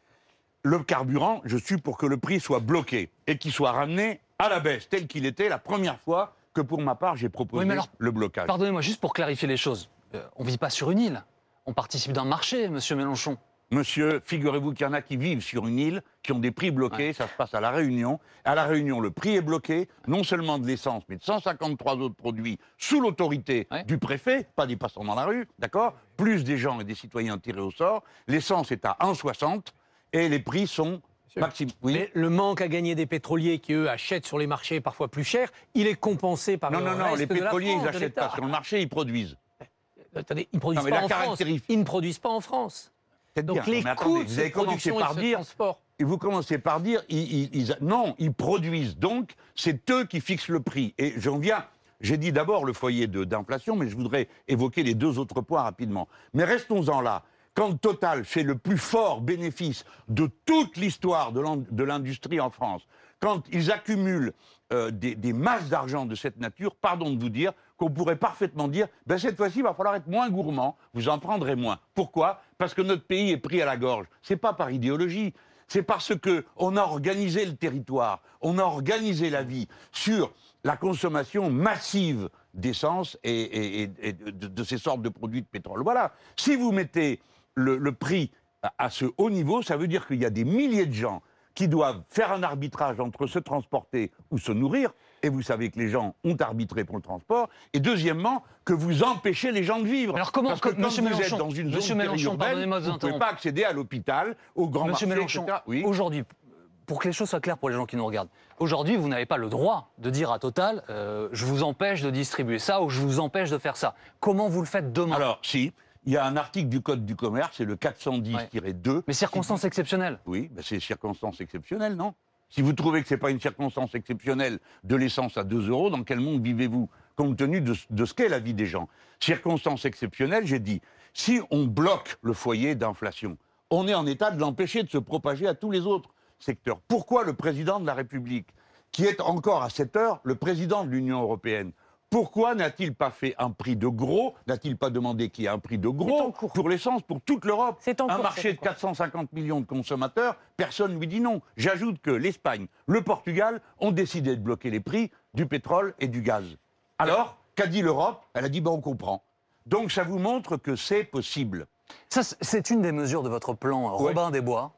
Le carburant, je suis pour que le prix soit bloqué et qu'il soit ramené à la baisse, tel qu'il était la première fois que, pour ma part, j'ai proposé Oui, mais alors, le blocage. Pardonnez-moi, juste pour clarifier les choses. On ne vit pas sur une île. On participe d'un marché, monsieur Mélenchon. Monsieur, figurez-vous qu'il y en a qui vivent sur une île, qui ont des prix bloqués, Ouais. ça se passe à La Réunion. À La Réunion, le prix est bloqué, non seulement de l'essence, mais de 153 autres produits, sous l'autorité Ouais. du préfet, pas des passants dans la rue, d'accord? Plus des gens et des citoyens tirés au sort. L'essence est à 1,60 et les prix sont maximum. Oui. Mais le manque à gagner des pétroliers qui, eux, achètent sur les marchés parfois plus cher, il est compensé par Non, le non, non, reste les de la pétroliers, France, ils de n'achètent pas l'État. sur le marché, ils produisent. Attendez, ils ne produisent Non, mais pas la en France. caractéristique- Ils ne produisent pas en France. C'est Donc bien. les Mais coûts attendez, de vous cette avez commencé production et par de ce dire... transport. Et vous commencez par dire, non, ils produisent. Donc, c'est eux qui fixent le prix. Et j'en viens, j'ai dit d'abord le foyer d'inflation, mais je voudrais évoquer les deux autres points rapidement. Mais restons-en là. Quand Total fait le plus fort bénéfice de toute l'histoire de l'industrie en France, quand ils accumulent des masses d'argent de cette nature, pardon de vous dire qu'on pourrait parfaitement dire, ben cette fois-ci, il va falloir être moins gourmand, vous en prendrez moins. Pourquoi? Parce que notre pays est pris à la gorge. C'est pas par idéologie, c'est parce qu'on a organisé le territoire, on a organisé la vie sur la consommation massive d'essence et de ces sortes de produits de pétrole. Voilà. Si vous mettez le prix à ce haut niveau, ça veut dire qu'il y a des milliers de gens qui doivent faire un arbitrage entre se transporter ou se nourrir, et vous savez que les gens ont arbitré pour le transport, et deuxièmement, que vous empêchez les gens de vivre. Alors comment, Parce que quand monsieur vous Mélenchon, êtes dans une monsieur zone Mélenchon, périurbaine, pardonnez-moi de vous vous ne pouvez interrompre. pas accéder à l'hôpital, au grand Monsieur marché, Mélenchon, etc. Oui. aujourd'hui, pour que les choses soient claires pour les gens qui nous regardent, aujourd'hui, vous n'avez pas le droit de dire à Total, je vous empêche de distribuer ça ou je vous empêche de faire ça. Comment vous le faites demain? Alors, si, il y a un article du Code du commerce, c'est le 410-2. Mais circonstances exceptionnelles. Oui, ben c'est circonstances exceptionnelles, non? Si vous trouvez que ce n'est pas une circonstance exceptionnelle de l'essence à 2 euros, dans quel monde vivez-vous, compte tenu de ce qu'est la vie des gens? Circonstance exceptionnelle, j'ai dit, si on bloque le foyer d'inflation, on est en état de l'empêcher de se propager à tous les autres secteurs. Pourquoi le président de la République, qui est encore à cette heure le président de l'Union européenne, pourquoi n'a-t-il pas fait un prix de gros, n'a-t-il pas demandé qu'il y ait un prix de C'est en gros cours. pour l'essence pour toute l'Europe? C'est en Un cours, marché c'est de en cours. 450 millions de consommateurs, personne ne lui dit non. J'ajoute que l'Espagne, le Portugal ont décidé de bloquer les prix du pétrole et du gaz. Alors, qu'a dit l'Europe? Elle a dit, ben on comprend. Donc ça vous montre que c'est possible. Ça, c'est une des mesures de votre plan Ouais. Robin des Bois,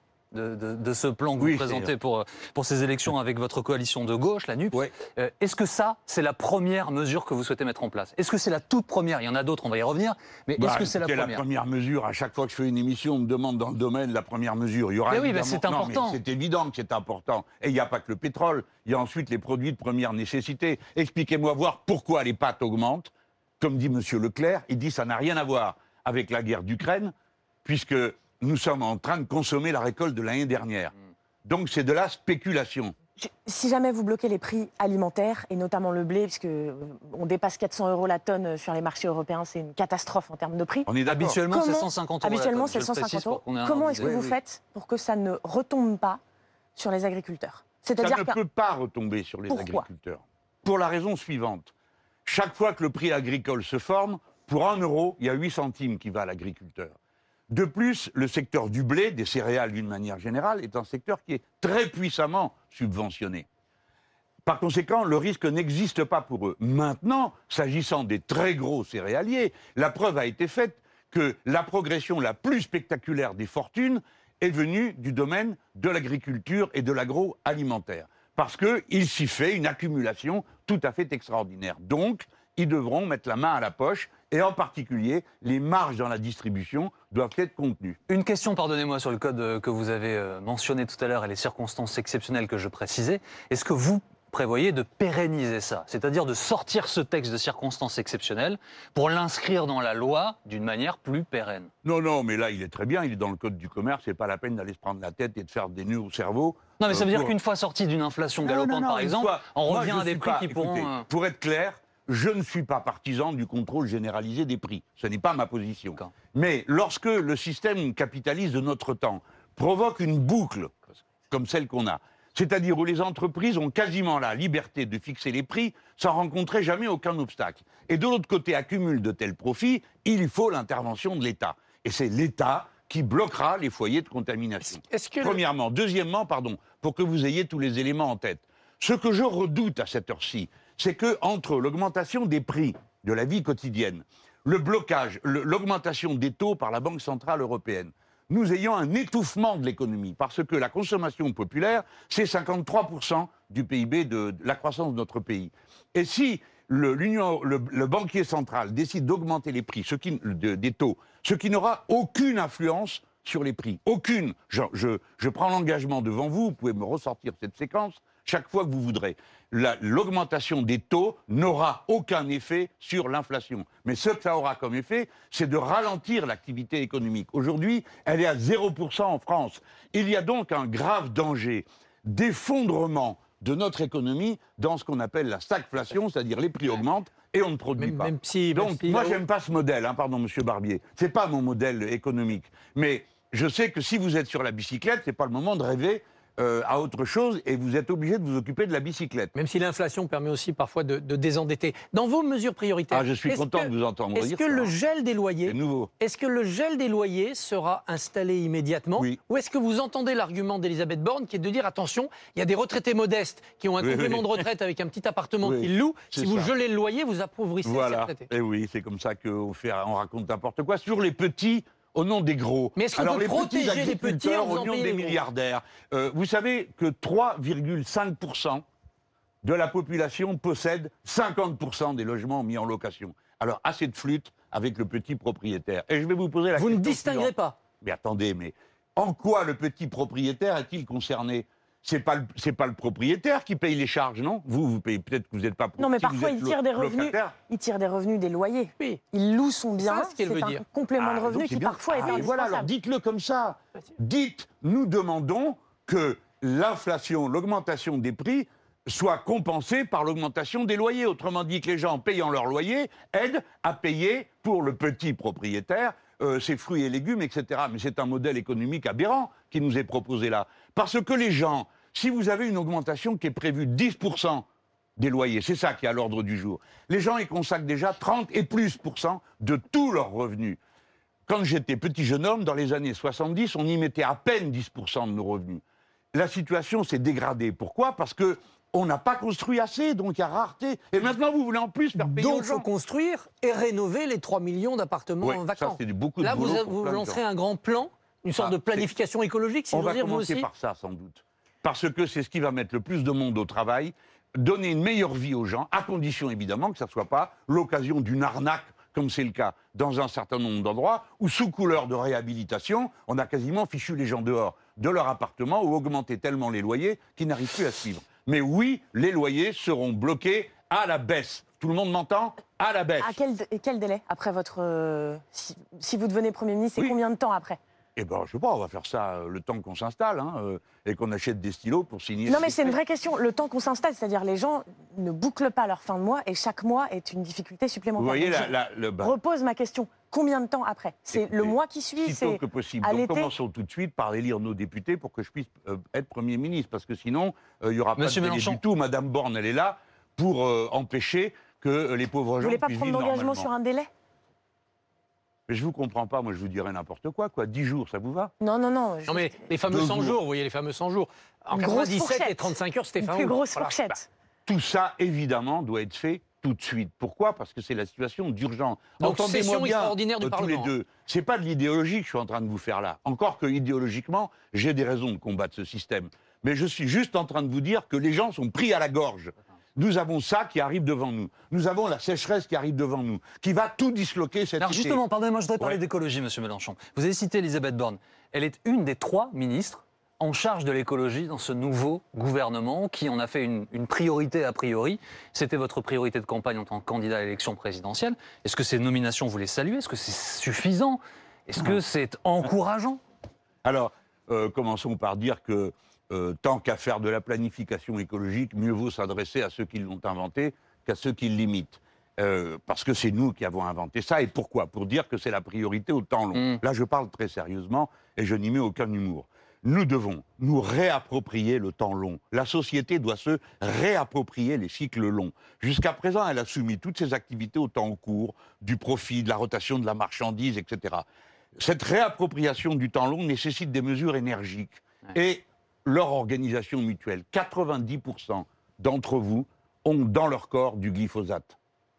de ce plan que Oui, vous présentez pour ces élections avec votre coalition de gauche, la NUP. Ouais. Est-ce que ça, c'est la première mesure que vous souhaitez mettre en place? Est-ce que c'est la toute première? Il y en a d'autres, on va y revenir. Mais est-ce que c'est la écoutez, première? la première mesure, à chaque fois que je fais une émission, on me demande dans le domaine la première mesure. Il y aura Mais oui, évidemment... c'est Non, important. mais c'est évident que c'est important. Et il n'y a pas que le pétrole, il y a ensuite les produits de première nécessité. Expliquez-moi voir pourquoi les pâtes augmentent. Comme dit M. Leclerc, il dit que ça n'a rien à voir avec la guerre d'Ukraine, puisque nous sommes en train de consommer la récolte de l'année dernière. Donc c'est de la spéculation. Si jamais vous bloquez les prix alimentaires, et notamment le blé, puisque on dépasse 400 € la tonne sur les marchés européens, c'est une catastrophe en termes de prix. On est d'accord. Habituellement, c'est 150 €. Habituellement, c'est 150 €. Comment est-ce que vous faites pour que ça ne retombe pas sur les agriculteurs? Ça ne peut pas retomber sur les agriculteurs. Pour la raison suivante. Chaque fois que le prix agricole se forme, pour 1 €, il y a 8 centimes qui va à l'agriculteur. De plus, le secteur du blé, des céréales d'une manière générale, est un secteur qui est très puissamment subventionné. Par conséquent, le risque n'existe pas pour eux. Maintenant, s'agissant des très gros céréaliers, la preuve a été faite que la progression la plus spectaculaire des fortunes est venue du domaine de l'agriculture et de l'agroalimentaire. Parce qu'il s'y fait une accumulation tout à fait extraordinaire. Donc, ils devront mettre la main à la poche, et en particulier, les marges dans la distribution doivent être contenues. Une question, pardonnez-moi, sur le code que vous avez mentionné tout à l'heure et les circonstances exceptionnelles que je précisais. Est-ce que vous prévoyez de pérenniser ça, c'est-à-dire de sortir ce texte de circonstances exceptionnelles pour l'inscrire dans la loi d'une manière plus pérenne? Non, mais là, il est très bien, il est dans le code du commerce, c'est pas la peine d'aller se prendre la tête et de faire des nœuds au cerveau. Non, mais ça veut dire qu'une fois sorti d'une inflation galopante, par exemple, on revient à des prix qui pourront... Pour être clair, je ne suis pas partisan du contrôle généralisé des prix. Ce n'est pas ma position. Mais lorsque le système capitaliste de notre temps provoque une boucle comme celle qu'on a, c'est-à-dire où les entreprises ont quasiment la liberté de fixer les prix sans rencontrer jamais aucun obstacle, et de l'autre côté accumulent de tels profits, il faut l'intervention de l'État. Et c'est l'État qui bloquera les foyers de contamination. Premièrement. Deuxièmement, pour que vous ayez tous les éléments en tête, ce que je redoute à cette heure-ci, c'est que entre l'augmentation des prix de la vie quotidienne, le blocage, l'augmentation des taux par la Banque Centrale Européenne, nous ayons un étouffement de l'économie, parce que la consommation populaire, c'est 53% du PIB de la croissance de notre pays. Et si le banquier central décide d'augmenter les prix, des taux, ce qui n'aura aucune influence sur les prix, aucune, je prends l'engagement devant vous, vous pouvez me ressortir cette séquence, chaque fois que vous voudrez. L'augmentation des taux n'aura aucun effet sur l'inflation. Mais ce que ça aura comme effet, c'est de ralentir l'activité économique. Aujourd'hui, elle est à 0% en France. Il y a donc un grave danger d'effondrement de notre économie dans ce qu'on appelle la stagflation, c'est-à-dire les prix augmentent et on ne produit pas. Donc, moi, j'aime pas ce modèle, pardon, Monsieur Barbier. C'est pas mon modèle économique. Mais je sais que si vous êtes sur la bicyclette, c'est pas le moment de rêver à autre chose, et vous êtes obligé de vous occuper de la bicyclette. Même si l'inflation permet aussi parfois de désendetter. Dans vos mesures prioritaires... je suis content de vous entendre dire ça. Est-ce que le gel des loyers... C'est nouveau. Est-ce que le gel des loyers sera installé immédiatement? Oui. Ou est-ce que vous entendez l'argument d'Elisabeth Borne qui est de dire, attention, il y a des retraités modestes qui ont un complément de retraite avec un petit appartement qu'ils louent. Si vous gelez le loyer, vous appauvrissez ces retraités. Et oui, c'est comme ça qu'on raconte n'importe quoi. Sur les petits... au nom des gros. Mais est-ce qu'on peut protéger les petits en au nom des milliardaires? Vous savez que 3,5% de la population possède 50% des logements mis en location. Alors, assez de flûte avec le petit propriétaire. Et je vais vous poser la question. Vous ne distinguerez pas. Mais attendez, mais en quoi le petit propriétaire est-il concerné? C'est pas le propriétaire qui paye les charges, non? Vous payez, peut-être que vous n'êtes pas... Non, mais parfois, il tire des revenus des loyers. Oui. Il loue son bien, c'est un complément de revenu qui parfois est indispensable. Voilà, alors dites-le comme ça. Dites, nous demandons que l'inflation, l'augmentation des prix soit compensée par l'augmentation des loyers. Autrement dit, que les gens, payant leur loyer, aident à payer pour le petit propriétaire ses fruits et légumes, etc. Mais c'est un modèle économique aberrant qui nous est proposé là. Parce que les gens, si vous avez une augmentation qui est prévue de 10% des loyers, c'est ça qui est à l'ordre du jour, les gens y consacrent déjà 30 et plus % de tous leurs revenus. Quand j'étais petit jeune homme, dans les années 70, on y mettait à peine 10% de nos revenus. La situation s'est dégradée. Pourquoi? Parce que on n'a pas construit assez, donc il y a rareté. Et maintenant, vous voulez en plus faire payer aux gens. Donc, il faut construire et rénover les 3 millions d'appartements vacants. Ça, c'est beaucoup de là, boulot vous lancerez un grand plan, une sorte de planification écologique, si vous dire, vous aussi. On va commencer par ça, sans doute. Parce que c'est ce qui va mettre le plus de monde au travail, donner une meilleure vie aux gens, à condition, évidemment, que ça ne soit pas l'occasion d'une arnaque, comme c'est le cas dans un certain nombre d'endroits, où, sous couleur de réhabilitation, on a quasiment fichu les gens dehors de leur appartement ou augmenté tellement les loyers qu'ils n'arrivent plus à suivre. Mais oui, les loyers seront bloqués à la baisse. Tout le monde m'entend? À la baisse. À quel délai après votre... si vous devenez Premier ministre, c'est combien de temps après? Eh ben, je sais pas, on va faire ça le temps qu'on s'installe, et qu'on achète des stylos pour signer. Non, mais c'est une vraie question. Le temps qu'on s'installe, c'est-à-dire les gens ne bouclent pas leur fin de mois et chaque mois est une difficulté supplémentaire. Vous voyez, Donc, je repose ma question. Combien de temps après? C'est le mois qui suit? Si tôt que possible. Donc commençons tout de suite par élire nos députés pour que je puisse être Premier ministre. Parce que sinon, il n'y aura pas de télé du tout. Madame Borne, elle est là pour empêcher que les pauvres gens puissent vivre normalement. Vous voulez pas prendre d'engagement sur un délai? Mais je vous comprends pas, moi je vous dirais n'importe quoi. 10 jours, ça vous va? Non. Non, mais les fameux 100 jours, vous voyez, les fameux 100 jours. En 97, les 35 heures, c'était fin août. Plus grosse fourchette. Tout ça, évidemment, doit être fait tout de suite. Pourquoi? Parce que c'est la situation d'urgence. Donc, session extraordinaire du tous Parlement. les deux. C'est pas de l'idéologie que je suis en train de vous faire là. Encore que idéologiquement, j'ai des raisons de combattre ce système. Mais je suis juste en train de vous dire que les gens sont pris à la gorge. Nous avons ça qui arrive devant nous. Nous avons la sécheresse qui arrive devant nous, qui va tout disloquer cet Alors été. justement, pardonnez-moi, je voudrais parler d'écologie, Monsieur Mélenchon. Vous avez cité Elisabeth Borne. Elle est une des 3 ministres en charge de l'écologie dans ce nouveau gouvernement qui en a fait une priorité a priori. C'était votre priorité de campagne en tant que candidat à l'élection présidentielle. Est-ce que ces nominations, vous les saluez? Est-ce que c'est suffisant? Est-ce que c'est encourageant? Alors, commençons par dire que tant qu'à faire de la planification écologique, mieux vaut s'adresser à ceux qui l'ont inventé qu'à ceux qui l'imitent. Parce que c'est nous qui avons inventé ça. Et pourquoi? Pour dire que c'est la priorité au temps long. Là, je parle très sérieusement et je n'y mets aucun humour. Nous devons nous réapproprier le temps long. La société doit se réapproprier les cycles longs. Jusqu'à présent, elle a soumis toutes ses activités au temps court, du profit, de la rotation de la marchandise, etc. Cette réappropriation du temps long nécessite des mesures énergiques. Et leur organisation mutuelle. 90% d'entre vous ont dans leur corps du glyphosate.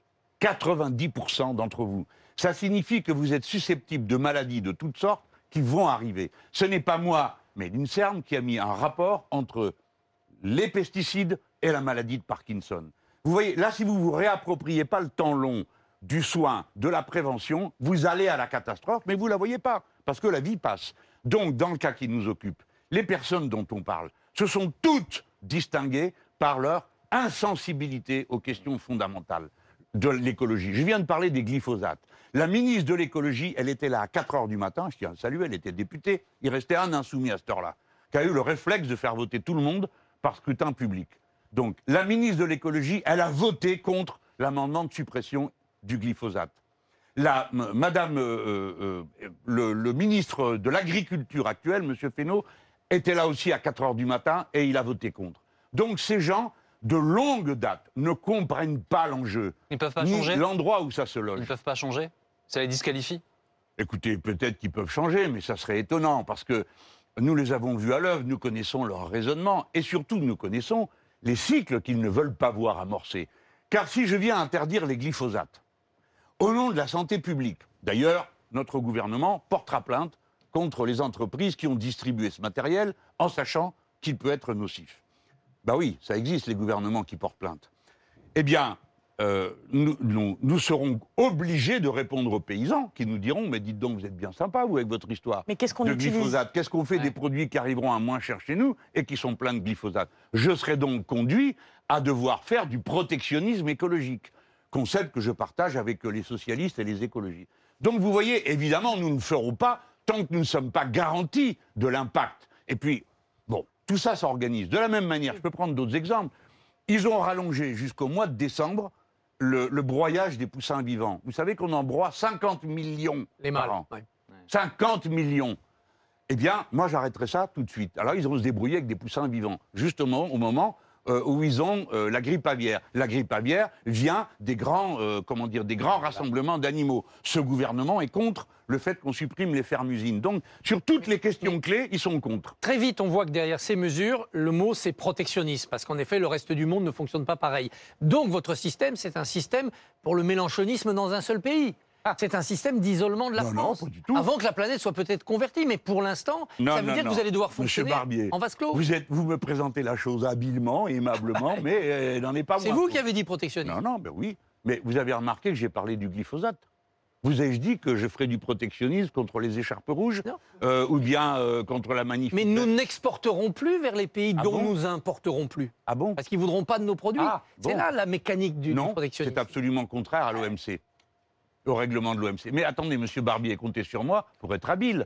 90% d'entre vous. Ça signifie que vous êtes susceptibles de maladies de toutes sortes qui vont arriver. Ce n'est pas moi, mais l'INSERM qui a mis un rapport entre les pesticides et la maladie de Parkinson. Vous voyez, là, si vous ne vous réappropriez pas le temps long du soin, de la prévention, vous allez à la catastrophe, mais vous ne la voyez pas, parce que la vie passe. Donc, dans le cas qui nous occupe, les personnes dont on parle se sont toutes distinguées par leur insensibilité aux questions fondamentales de l'écologie. Je viens de parler des glyphosates. La ministre de l'écologie, elle était là à 4 heures du matin, je tiens à le saluer, elle était députée, il restait un insoumis à cette heure-là, qui a eu le réflexe de faire voter tout le monde par scrutin public. Donc, la ministre de l'écologie, elle a voté contre l'amendement de suppression du glyphosate. Le ministre de l'Agriculture actuel, M. Fesneau, était là aussi à 4 heures du matin et il a voté contre. Donc ces gens, de longue date, ne comprennent pas l'enjeu. Ils ne peuvent pas ni changer? L'endroit où ça se loge. Ils ne peuvent pas changer? Ça les disqualifie? Écoutez, peut-être qu'ils peuvent changer, mais ça serait étonnant, parce que nous les avons vus à l'œuvre, nous connaissons leur raisonnement, et surtout nous connaissons les cycles qu'ils ne veulent pas voir amorcer. Car si je viens interdire les glyphosates, au nom de la santé publique, d'ailleurs, notre gouvernement portera plainte contre les entreprises qui ont distribué ce matériel en sachant qu'il peut être nocif. Ben oui, ça existe, les gouvernements qui portent plainte. Eh bien, nous serons obligés de répondre aux paysans qui nous diront « Mais dites donc, vous êtes bien sympa, vous, avec votre histoire mais qu'est-ce qu'on de utilise glyphosate. Qu'est-ce qu'on fait des produits qui arriveront à moins cher chez nous et qui sont pleins de glyphosate ?» Je serai donc conduit à devoir faire du protectionnisme écologique, concept que je partage avec les socialistes et les écologistes. Donc vous voyez, évidemment, nous ne ferons pas tant que nous ne sommes pas garantis de l'impact. Et puis, bon, tout ça s'organise. De la même manière, je peux prendre d'autres exemples. Ils ont rallongé jusqu'au mois de décembre le broyage des poussins vivants. Vous savez qu'on en broie 50 millions par an. Ouais. 50 millions. Eh bien, moi, j'arrêterai ça tout de suite. Alors, ils vont se débrouiller avec des poussins vivants, justement au moment où ils ont la grippe aviaire. La grippe aviaire vient des grands, des grands rassemblements d'animaux. Ce gouvernement est contre le fait qu'on supprime les fermes-usines. Donc, sur toutes les questions clés, ils sont contre. Très vite, on voit que derrière ces mesures, le mot, c'est protectionnisme, parce qu'en effet, le reste du monde ne fonctionne pas pareil. Donc, votre système, c'est un système pour le mélanchonisme dans un seul pays. C'est un système d'isolement de la France. Non, pas du tout. Avant que la planète soit peut-être convertie, mais pour l'instant, ça veut dire que vous allez devoir fonctionner Monsieur Barbier, en vase clos. vous me présentez la chose habilement, aimablement, mais elle n'en est pas moins. C'est vous qui avez dit protectionnisme. Non, ben oui. Mais vous avez remarqué que j'ai parlé du glyphosate. Vous ai-je dit que je ferais du protectionnisme contre les écharpes rouges ou bien contre la manif? Mais nous n'exporterons plus vers les pays dont nous importerons plus. Ah bon? Parce qu'ils ne voudront pas de nos produits. Bon. C'est là la mécanique du protectionnisme. C'est absolument contraire à l'OMC, au règlement de l'OMC. Mais attendez, monsieur Barbier, comptez sur moi pour être habile.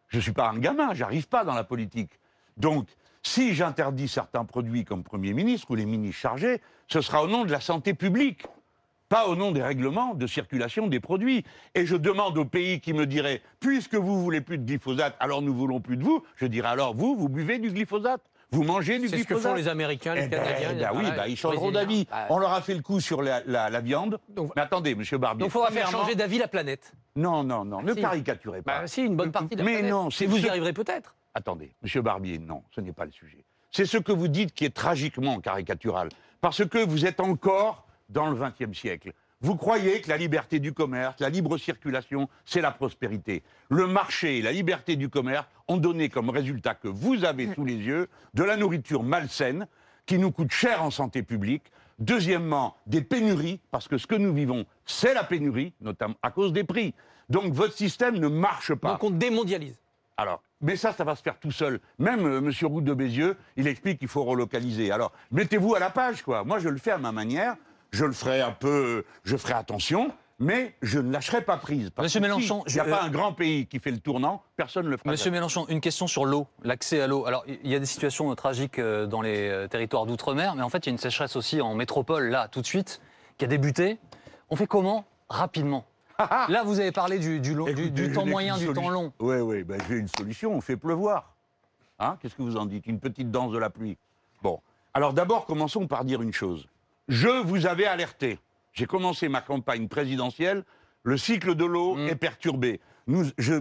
Je ne suis pas un gamin, j'arrive pas dans la politique. Donc, si j'interdis certains produits comme Premier ministre ou les ministres chargés, ce sera au nom de la santé publique, pas au nom des règlements de circulation des produits. Et je demande aux pays qui me diraient « Puisque vous voulez plus de glyphosate, alors nous voulons plus de vous », je dirais alors vous buvez du glyphosate, vous mangez du glyphosate. C'est ce que font les Américains, les Canadiens. Oui, ils changeront d'avis. On leur a fait le coup sur la viande. Donc, mais attendez, monsieur Barbier. Donc il faudra faire changer d'avis la planète. Non, ne caricaturez pas. Si, une bonne partie de la planète. Mais non, et vous y arriverez peut-être. Attendez, monsieur Barbier, non, ce n'est pas le sujet. C'est ce que vous dites qui est tragiquement caricatural. Parce que vous êtes encore dans le XXe siècle. Vous croyez que la liberté du commerce, la libre circulation, c'est la prospérité. Le marché et la liberté du commerce ont donné comme résultat que vous avez sous les yeux de la nourriture malsaine qui nous coûte cher en santé publique. Deuxièmement, des pénuries, parce que ce que nous vivons, c'est la pénurie, notamment à cause des prix. Donc votre système ne marche pas. Donc on démondialise. Alors, mais ça va se faire tout seul. Même M. Roux de Bézieux, il explique qu'il faut relocaliser. Alors, mettez-vous à la page, quoi. Moi, je le fais à ma manière. Je le ferai un peu, je ferai attention, mais je ne lâcherai pas prise. Parce Monsieur que Mélenchon, il n'y a pas un grand pays qui fait le tournant, personne ne le fera. Monsieur Mélenchon, une question sur l'eau, l'accès à l'eau. Alors, il y a des situations tragiques dans les territoires d'outre-mer, mais en fait, il y a une sécheresse aussi en métropole, là, tout de suite, qui a débuté. On fait comment? Rapidement. Là, vous avez parlé du temps moyen, du temps long. Oui, ben, j'ai une solution, on fait pleuvoir. Hein, qu'est-ce que vous en dites? Une petite danse de la pluie. Bon, alors d'abord, commençons par dire une chose. Je vous avais alerté. J'ai commencé ma campagne présidentielle. Le cycle de l'eau est perturbé. Non,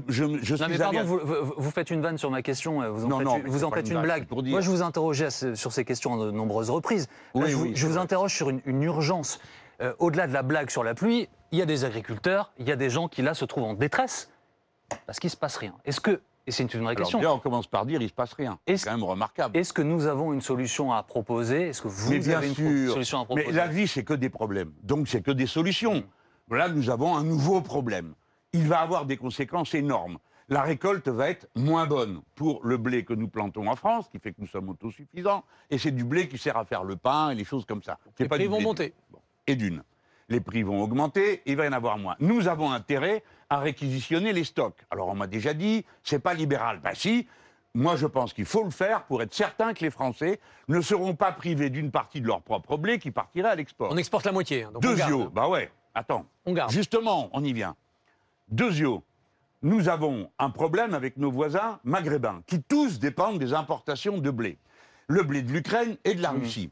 mais pardon, vous faites une vanne sur ma question. Vous en faites une blague. Moi, je vous interrogeais sur ces questions à de nombreuses reprises. Là, je vous interroge sur une urgence. Au-delà de la blague sur la pluie, il y a des agriculteurs, il y a des gens qui, là, se trouvent en détresse parce qu'il ne se passe rien. Et c'est une vraie question. Bien, on commence par dire il ne se passe rien. C'est quand même remarquable. Est-ce que nous avons une solution à proposer? Est-ce que vous avez une solution à proposer? Mais la vie, c'est que des problèmes. Donc, c'est que des solutions. Là, nous avons un nouveau problème. Il va avoir des conséquences énormes. La récolte va être moins bonne pour le blé que nous plantons en France, qui fait que nous sommes autosuffisants. Et c'est du blé qui sert à faire le pain et les choses comme ça. Les prix vont monter. Bon. Et les prix vont augmenter, il va y en avoir moins. Nous avons intérêt à réquisitionner les stocks. Alors on m'a déjà dit, c'est pas libéral. Ben si, moi je pense qu'il faut le faire pour être certain que les Français ne seront pas privés d'une partie de leur propre blé qui partirait à l'export. On exporte la moitié. Hein, donc Deuxièmement, bah ouais, attends. On garde. Justement, on y vient. Deuxièmement, nous avons un problème avec nos voisins maghrébins, qui tous dépendent des importations de blé. Le blé de l'Ukraine et de la Russie.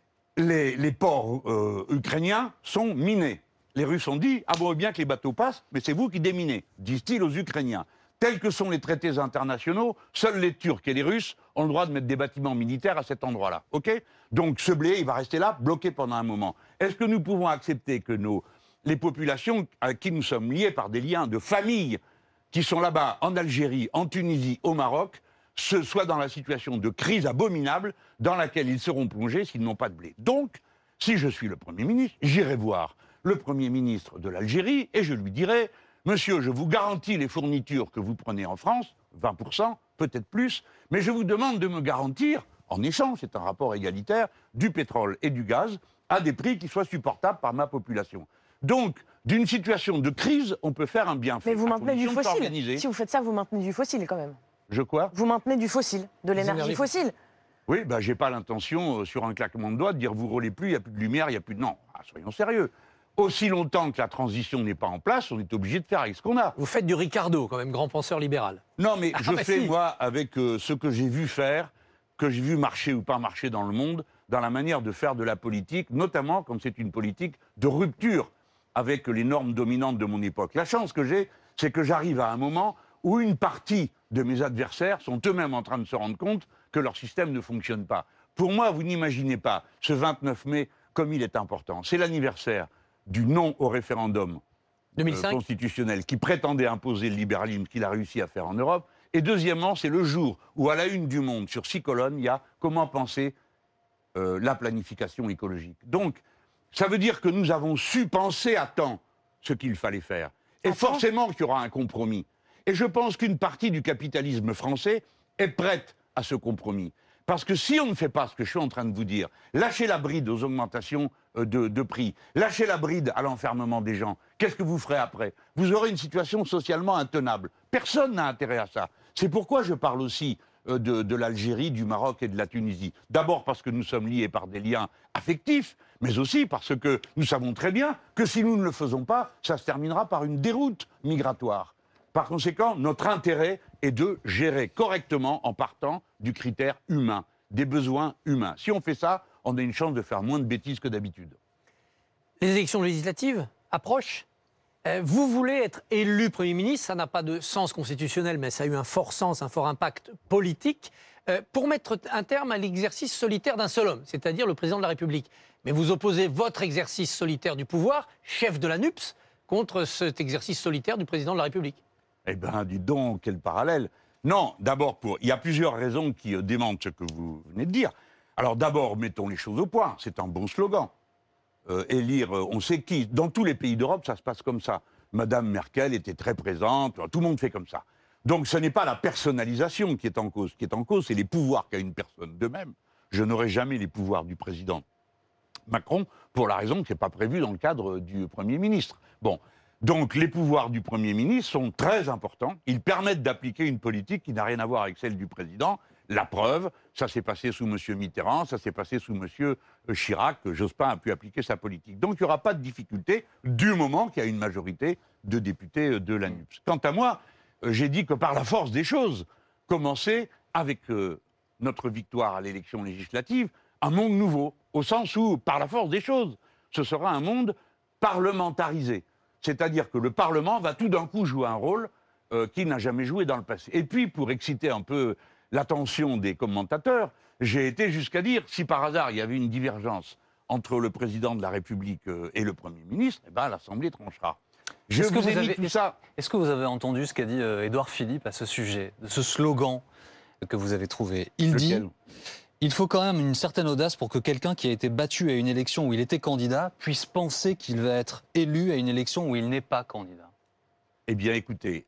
Les ports ukrainiens sont minés. Les Russes ont dit « Ah bon, bien que les bateaux passent, mais c'est vous qui déminez », disent-ils aux Ukrainiens. Tels que sont les traités internationaux, seuls les Turcs et les Russes ont le droit de mettre des bâtiments militaires à cet endroit-là. Ok ? Donc ce blé, il va rester là, bloqué pendant un moment. Est-ce que nous pouvons accepter que les populations à qui nous sommes liés par des liens de famille, qui sont là-bas, en Algérie, en Tunisie, au Maroc, soient dans la situation de crise abominable dans laquelle ils seront plongés s'ils n'ont pas de blé. Donc, si je suis le Premier ministre, j'irai voir le Premier ministre de l'Algérie et je lui dirai « Monsieur, je vous garantis les fournitures que vous prenez en France, 20%, peut-être plus, mais je vous demande de me garantir, en échange, c'est un rapport égalitaire, du pétrole et du gaz à des prix qui soient supportables par ma population. » Donc, d'une situation de crise, on peut faire un bienfait. Mais vous maintenez du fossile. Si vous faites ça, vous maintenez du fossile quand même. Je quoi? Vous maintenez du fossile, de l'énergie fossile. Oui, ben, j'ai pas l'intention, sur un claquement de doigts, de dire vous roulez plus, il n'y a plus de lumière, il n'y a plus de... Non, soyons sérieux. Aussi longtemps que la transition n'est pas en place, on est obligé de faire avec ce qu'on a. Vous faites du Ricardo, quand même, grand penseur libéral. Non, mais je fais, moi, avec ce que j'ai vu faire, que j'ai vu marcher ou pas marcher dans le monde, dans la manière de faire de la politique, notamment quand c'est une politique de rupture avec les normes dominantes de mon époque. La chance que j'ai, c'est que j'arrive à un moment où une partie de mes adversaires sont eux-mêmes en train de se rendre compte que leur système ne fonctionne pas. Pour moi, vous n'imaginez pas ce 29 mai comme il est important. C'est l'anniversaire du non au référendum 2005 constitutionnel qui prétendait imposer le libéralisme qu'il a réussi à faire en Europe. Et deuxièmement, c'est le jour où, à la une du Monde, sur 6 colonnes, il y a comment penser la planification écologique. Donc, ça veut dire que nous avons su penser à temps ce qu'il fallait faire. Et forcément qu'il y aura un compromis. Et je pense qu'une partie du capitalisme français est prête à ce compromis. Parce que si on ne fait pas ce que je suis en train de vous dire, lâchez la bride aux augmentations de prix, lâchez la bride à l'enfermement des gens, qu'est-ce que vous ferez après? Vous aurez une situation socialement intenable. Personne n'a intérêt à ça. C'est pourquoi je parle aussi de l'Algérie, du Maroc et de la Tunisie. D'abord parce que nous sommes liés par des liens affectifs, mais aussi parce que nous savons très bien que si nous ne le faisons pas, ça se terminera par une déroute migratoire. Par conséquent, notre intérêt est de gérer correctement en partant du critère humain, des besoins humains. Si on fait ça, on a une chance de faire moins de bêtises que d'habitude. Les élections législatives approchent. Vous voulez être élu Premier ministre, ça n'a pas de sens constitutionnel, mais ça a eu un fort sens, un fort impact politique, pour mettre un terme à l'exercice solitaire d'un seul homme, c'est-à-dire le président de la République. Mais vous opposez votre exercice solitaire du pouvoir, chef de la NUPS, contre cet exercice solitaire du président de la République. Eh bien, dis donc, quel parallèle. Non, d'abord, il y a plusieurs raisons qui démentent ce que vous venez de dire. Alors d'abord, mettons les choses au point, c'est un bon slogan. Élire, on sait qui. Dans tous les pays d'Europe, ça se passe comme ça. Madame Merkel était très présente, tout le monde fait comme ça. Donc ce n'est pas la personnalisation qui est en cause. Ce qui est en cause, c'est les pouvoirs qu'a une personne. De même, je n'aurai jamais les pouvoirs du président Macron, pour la raison qui n'est pas prévue dans le cadre du Premier ministre. Bon, donc les pouvoirs du Premier ministre sont très importants. Ils permettent d'appliquer une politique qui n'a rien à voir avec celle du président. La preuve, ça s'est passé sous M. Mitterrand, ça s'est passé sous M. Chirac, Jospin a pu appliquer sa politique. Donc il n'y aura pas de difficulté du moment qu'il y a une majorité de députés de la NUPS. Quant à moi, j'ai dit que par la force des choses, commencer avec notre victoire à l'élection législative, un monde nouveau, au sens où, par la force des choses, ce sera un monde parlementarisé. C'est-à-dire que le Parlement va tout d'un coup jouer un rôle qu'il n'a jamais joué dans le passé. Et puis, pour exciter un peu l'attention des commentateurs, j'ai été jusqu'à dire, si par hasard il y avait une divergence entre le président de la République et le Premier ministre, eh ben, l'Assemblée tranchera. Est-ce que vous avez entendu ce qu'a dit Édouard Philippe à ce sujet, de ce slogan que vous avez trouvé? Il dit « Il faut quand même une certaine audace pour que quelqu'un qui a été battu à une élection où il était candidat puisse penser qu'il va être élu à une élection où il n'est pas candidat. » Eh bien, écoutez,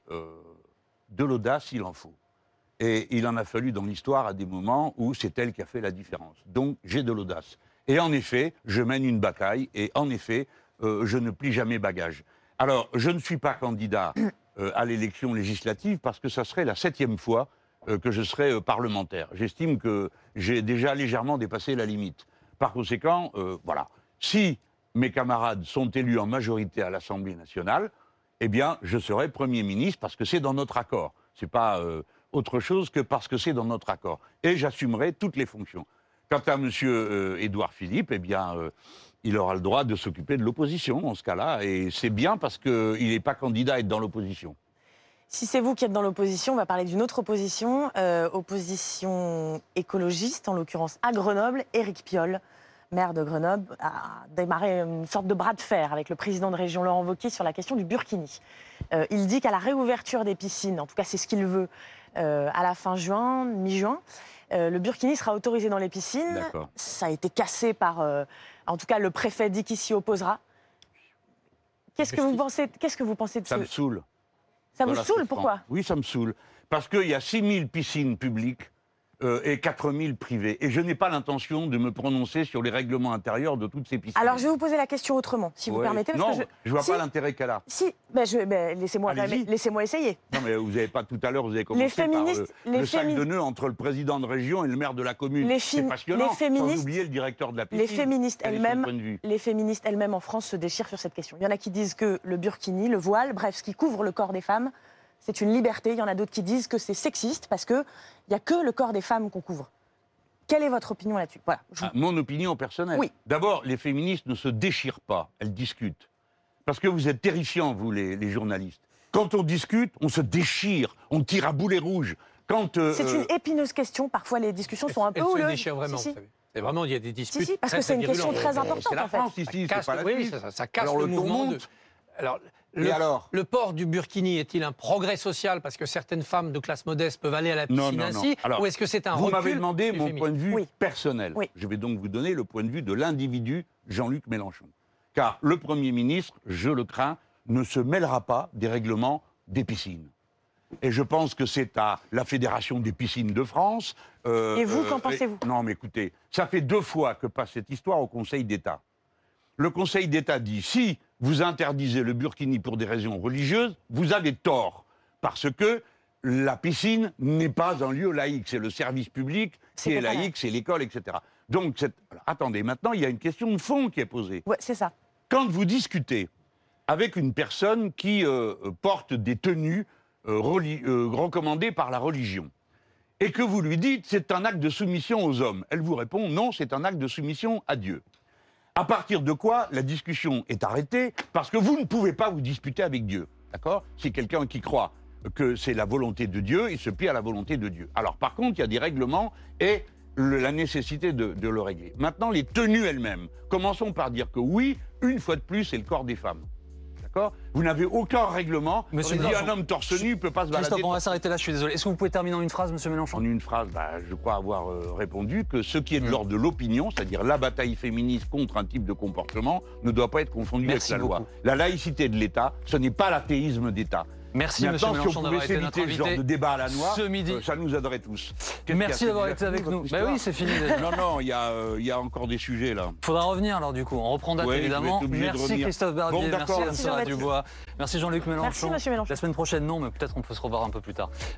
de l'audace, il en faut. Et il en a fallu dans l'histoire à des moments où c'est elle qui a fait la différence. Donc, j'ai de l'audace. Et en effet, je mène une bataille et en effet, je ne plie jamais bagage. Alors, je ne suis pas candidat à l'élection législative parce que ça serait la 7e fois que je serai parlementaire. J'estime que j'ai déjà légèrement dépassé la limite. Par conséquent, voilà. Si mes camarades sont élus en majorité à l'Assemblée nationale, eh bien, je serai Premier ministre parce que c'est dans notre accord. C'est pas autre chose que parce que c'est dans notre accord. Et j'assumerai toutes les fonctions. Quant à M. Édouard Philippe, eh bien, il aura le droit de s'occuper de l'opposition en ce cas-là. Et c'est bien parce qu'il n'est pas candidat à être dans l'opposition. Si c'est vous qui êtes dans l'opposition, on va parler d'une autre opposition, opposition écologiste, en l'occurrence à Grenoble. Éric Piolle, maire de Grenoble, a démarré une sorte de bras de fer avec le président de région Laurent Wauquiez sur la question du burkini. Il dit qu'à la réouverture des piscines, en tout cas c'est ce qu'il veut, à la fin juin, mi-juin, le burkini sera autorisé dans les piscines. Ça a été cassé par, en tout cas le préfet dit qu'il s'y opposera. Qu'est-ce que vous pensez de ça? Ça me saoule. Ça vous saoule, pourquoi? Oui, ça me saoule. Parce qu'il y a 6000 piscines publiques et 4000 privées. Et je n'ai pas l'intention de me prononcer sur les règlements intérieurs de toutes ces piscines. Alors, je vais vous poser la question autrement, si vous permettez. Parce que je ne vois pas l'intérêt qu'elle a. Si, laissez-moi essayer. Non, mais vous n'avez pas, tout à l'heure, vous avez commencé par le sac de nœuds entre le président de région et le maire de la commune. C'est passionnant, sans oublier le directeur de la piscine. Les féministes elles-mêmes en France se déchirent sur cette question. Il y en a qui disent que le burkini, le voile, bref, ce qui couvre le corps des femmes, c'est une liberté. Il y en a d'autres qui disent que c'est sexiste parce qu'il n'y a que le corps des femmes qu'on couvre. Quelle est votre opinion là-dessus? Voilà, mon opinion personnelle. Oui. D'abord, les féministes ne se déchirent pas, elles discutent. Parce que vous êtes terrifiants, vous, les journalistes. Quand on discute, on se déchire, on tire à boulet rouge. C'est une épineuse question. Parfois, les discussions sont un peu houleuses. Elle se déchire vraiment, vous savez. C'est vraiment, il y a des disputes. Parce que c'est une question très importante, c'est la France, ici, c'est pas la Suisse. Ça casse le mouvement de... Alors, le port du burkini est-il un progrès social parce que certaines femmes de classe modeste peuvent aller à la piscine ainsi, ou est-ce que c'est un recul? Vous m'avez demandé mon point de vue personnel. Oui. Je vais donc vous donner le point de vue de l'individu Jean-Luc Mélenchon. Car le Premier ministre, je le crains, ne se mêlera pas des règlements des piscines. Et je pense que c'est à la Fédération des piscines de France... et vous, qu'en pensez-vous? Non, mais écoutez, ça fait 2 fois que passe cette histoire au Conseil d'État. Le Conseil d'État dit, si vous interdisez le burkini pour des raisons religieuses, vous avez tort. Parce que la piscine n'est pas un lieu laïque. C'est le service public qui est pas pareil. laïque, c'est l'école, etc. Donc, alors, attendez, maintenant, il y a une question de fond qui est posée. Ouais, c'est ça. Quand vous discutez avec une personne qui porte des tenues recommandées par la religion, et que vous lui dites c'est un acte de soumission aux hommes, elle vous répond non, c'est un acte de soumission à Dieu. À partir de quoi la discussion est arrêtée, parce que vous ne pouvez pas vous disputer avec Dieu. D'accord ? C'est quelqu'un qui croit que c'est la volonté de Dieu, il se plie à la volonté de Dieu. Alors par contre, il y a des règlements et la nécessité de le régler. Maintenant, les tenues elles-mêmes. Commençons par dire que oui, une fois de plus, c'est le corps des femmes. D'accord ? Vous n'avez aucun règlement. Monsieur On dit Mélenchon, un homme torse nu ne peut pas se balader. Christophe, on va s'arrêter là, je suis désolé. Est-ce que vous pouvez terminer en une phrase, monsieur Mélenchon ? En une phrase, je crois avoir répondu que ce qui est de l'ordre de l'opinion, c'est-à-dire la bataille féministe contre un type de comportement, ne doit pas être confondu Merci avec la loi. beaucoup. La laïcité de l'État, ce n'est pas l'athéisme d'État. Merci, monsieur Maintenant, si Mélenchon, on d'avoir pouvait été notre s'éviter ce genre invité de débat à la noire, ce midi. ça nous aiderait tous. Merci d'avoir été avec nous. Ben oui, c'est fini déjà. Non, il y a encore des sujets là. Faudra revenir alors du coup. On reprend date Ouais, je vais évidemment. être obligé de Merci revenir. Christophe Barbier, Bon, d'accord. merci Anne-Sophie Merci, Dubois, merci Jean-Luc Mélenchon. Merci, monsieur Mélenchon. La semaine prochaine non, mais peut-être on peut se revoir un peu plus tard.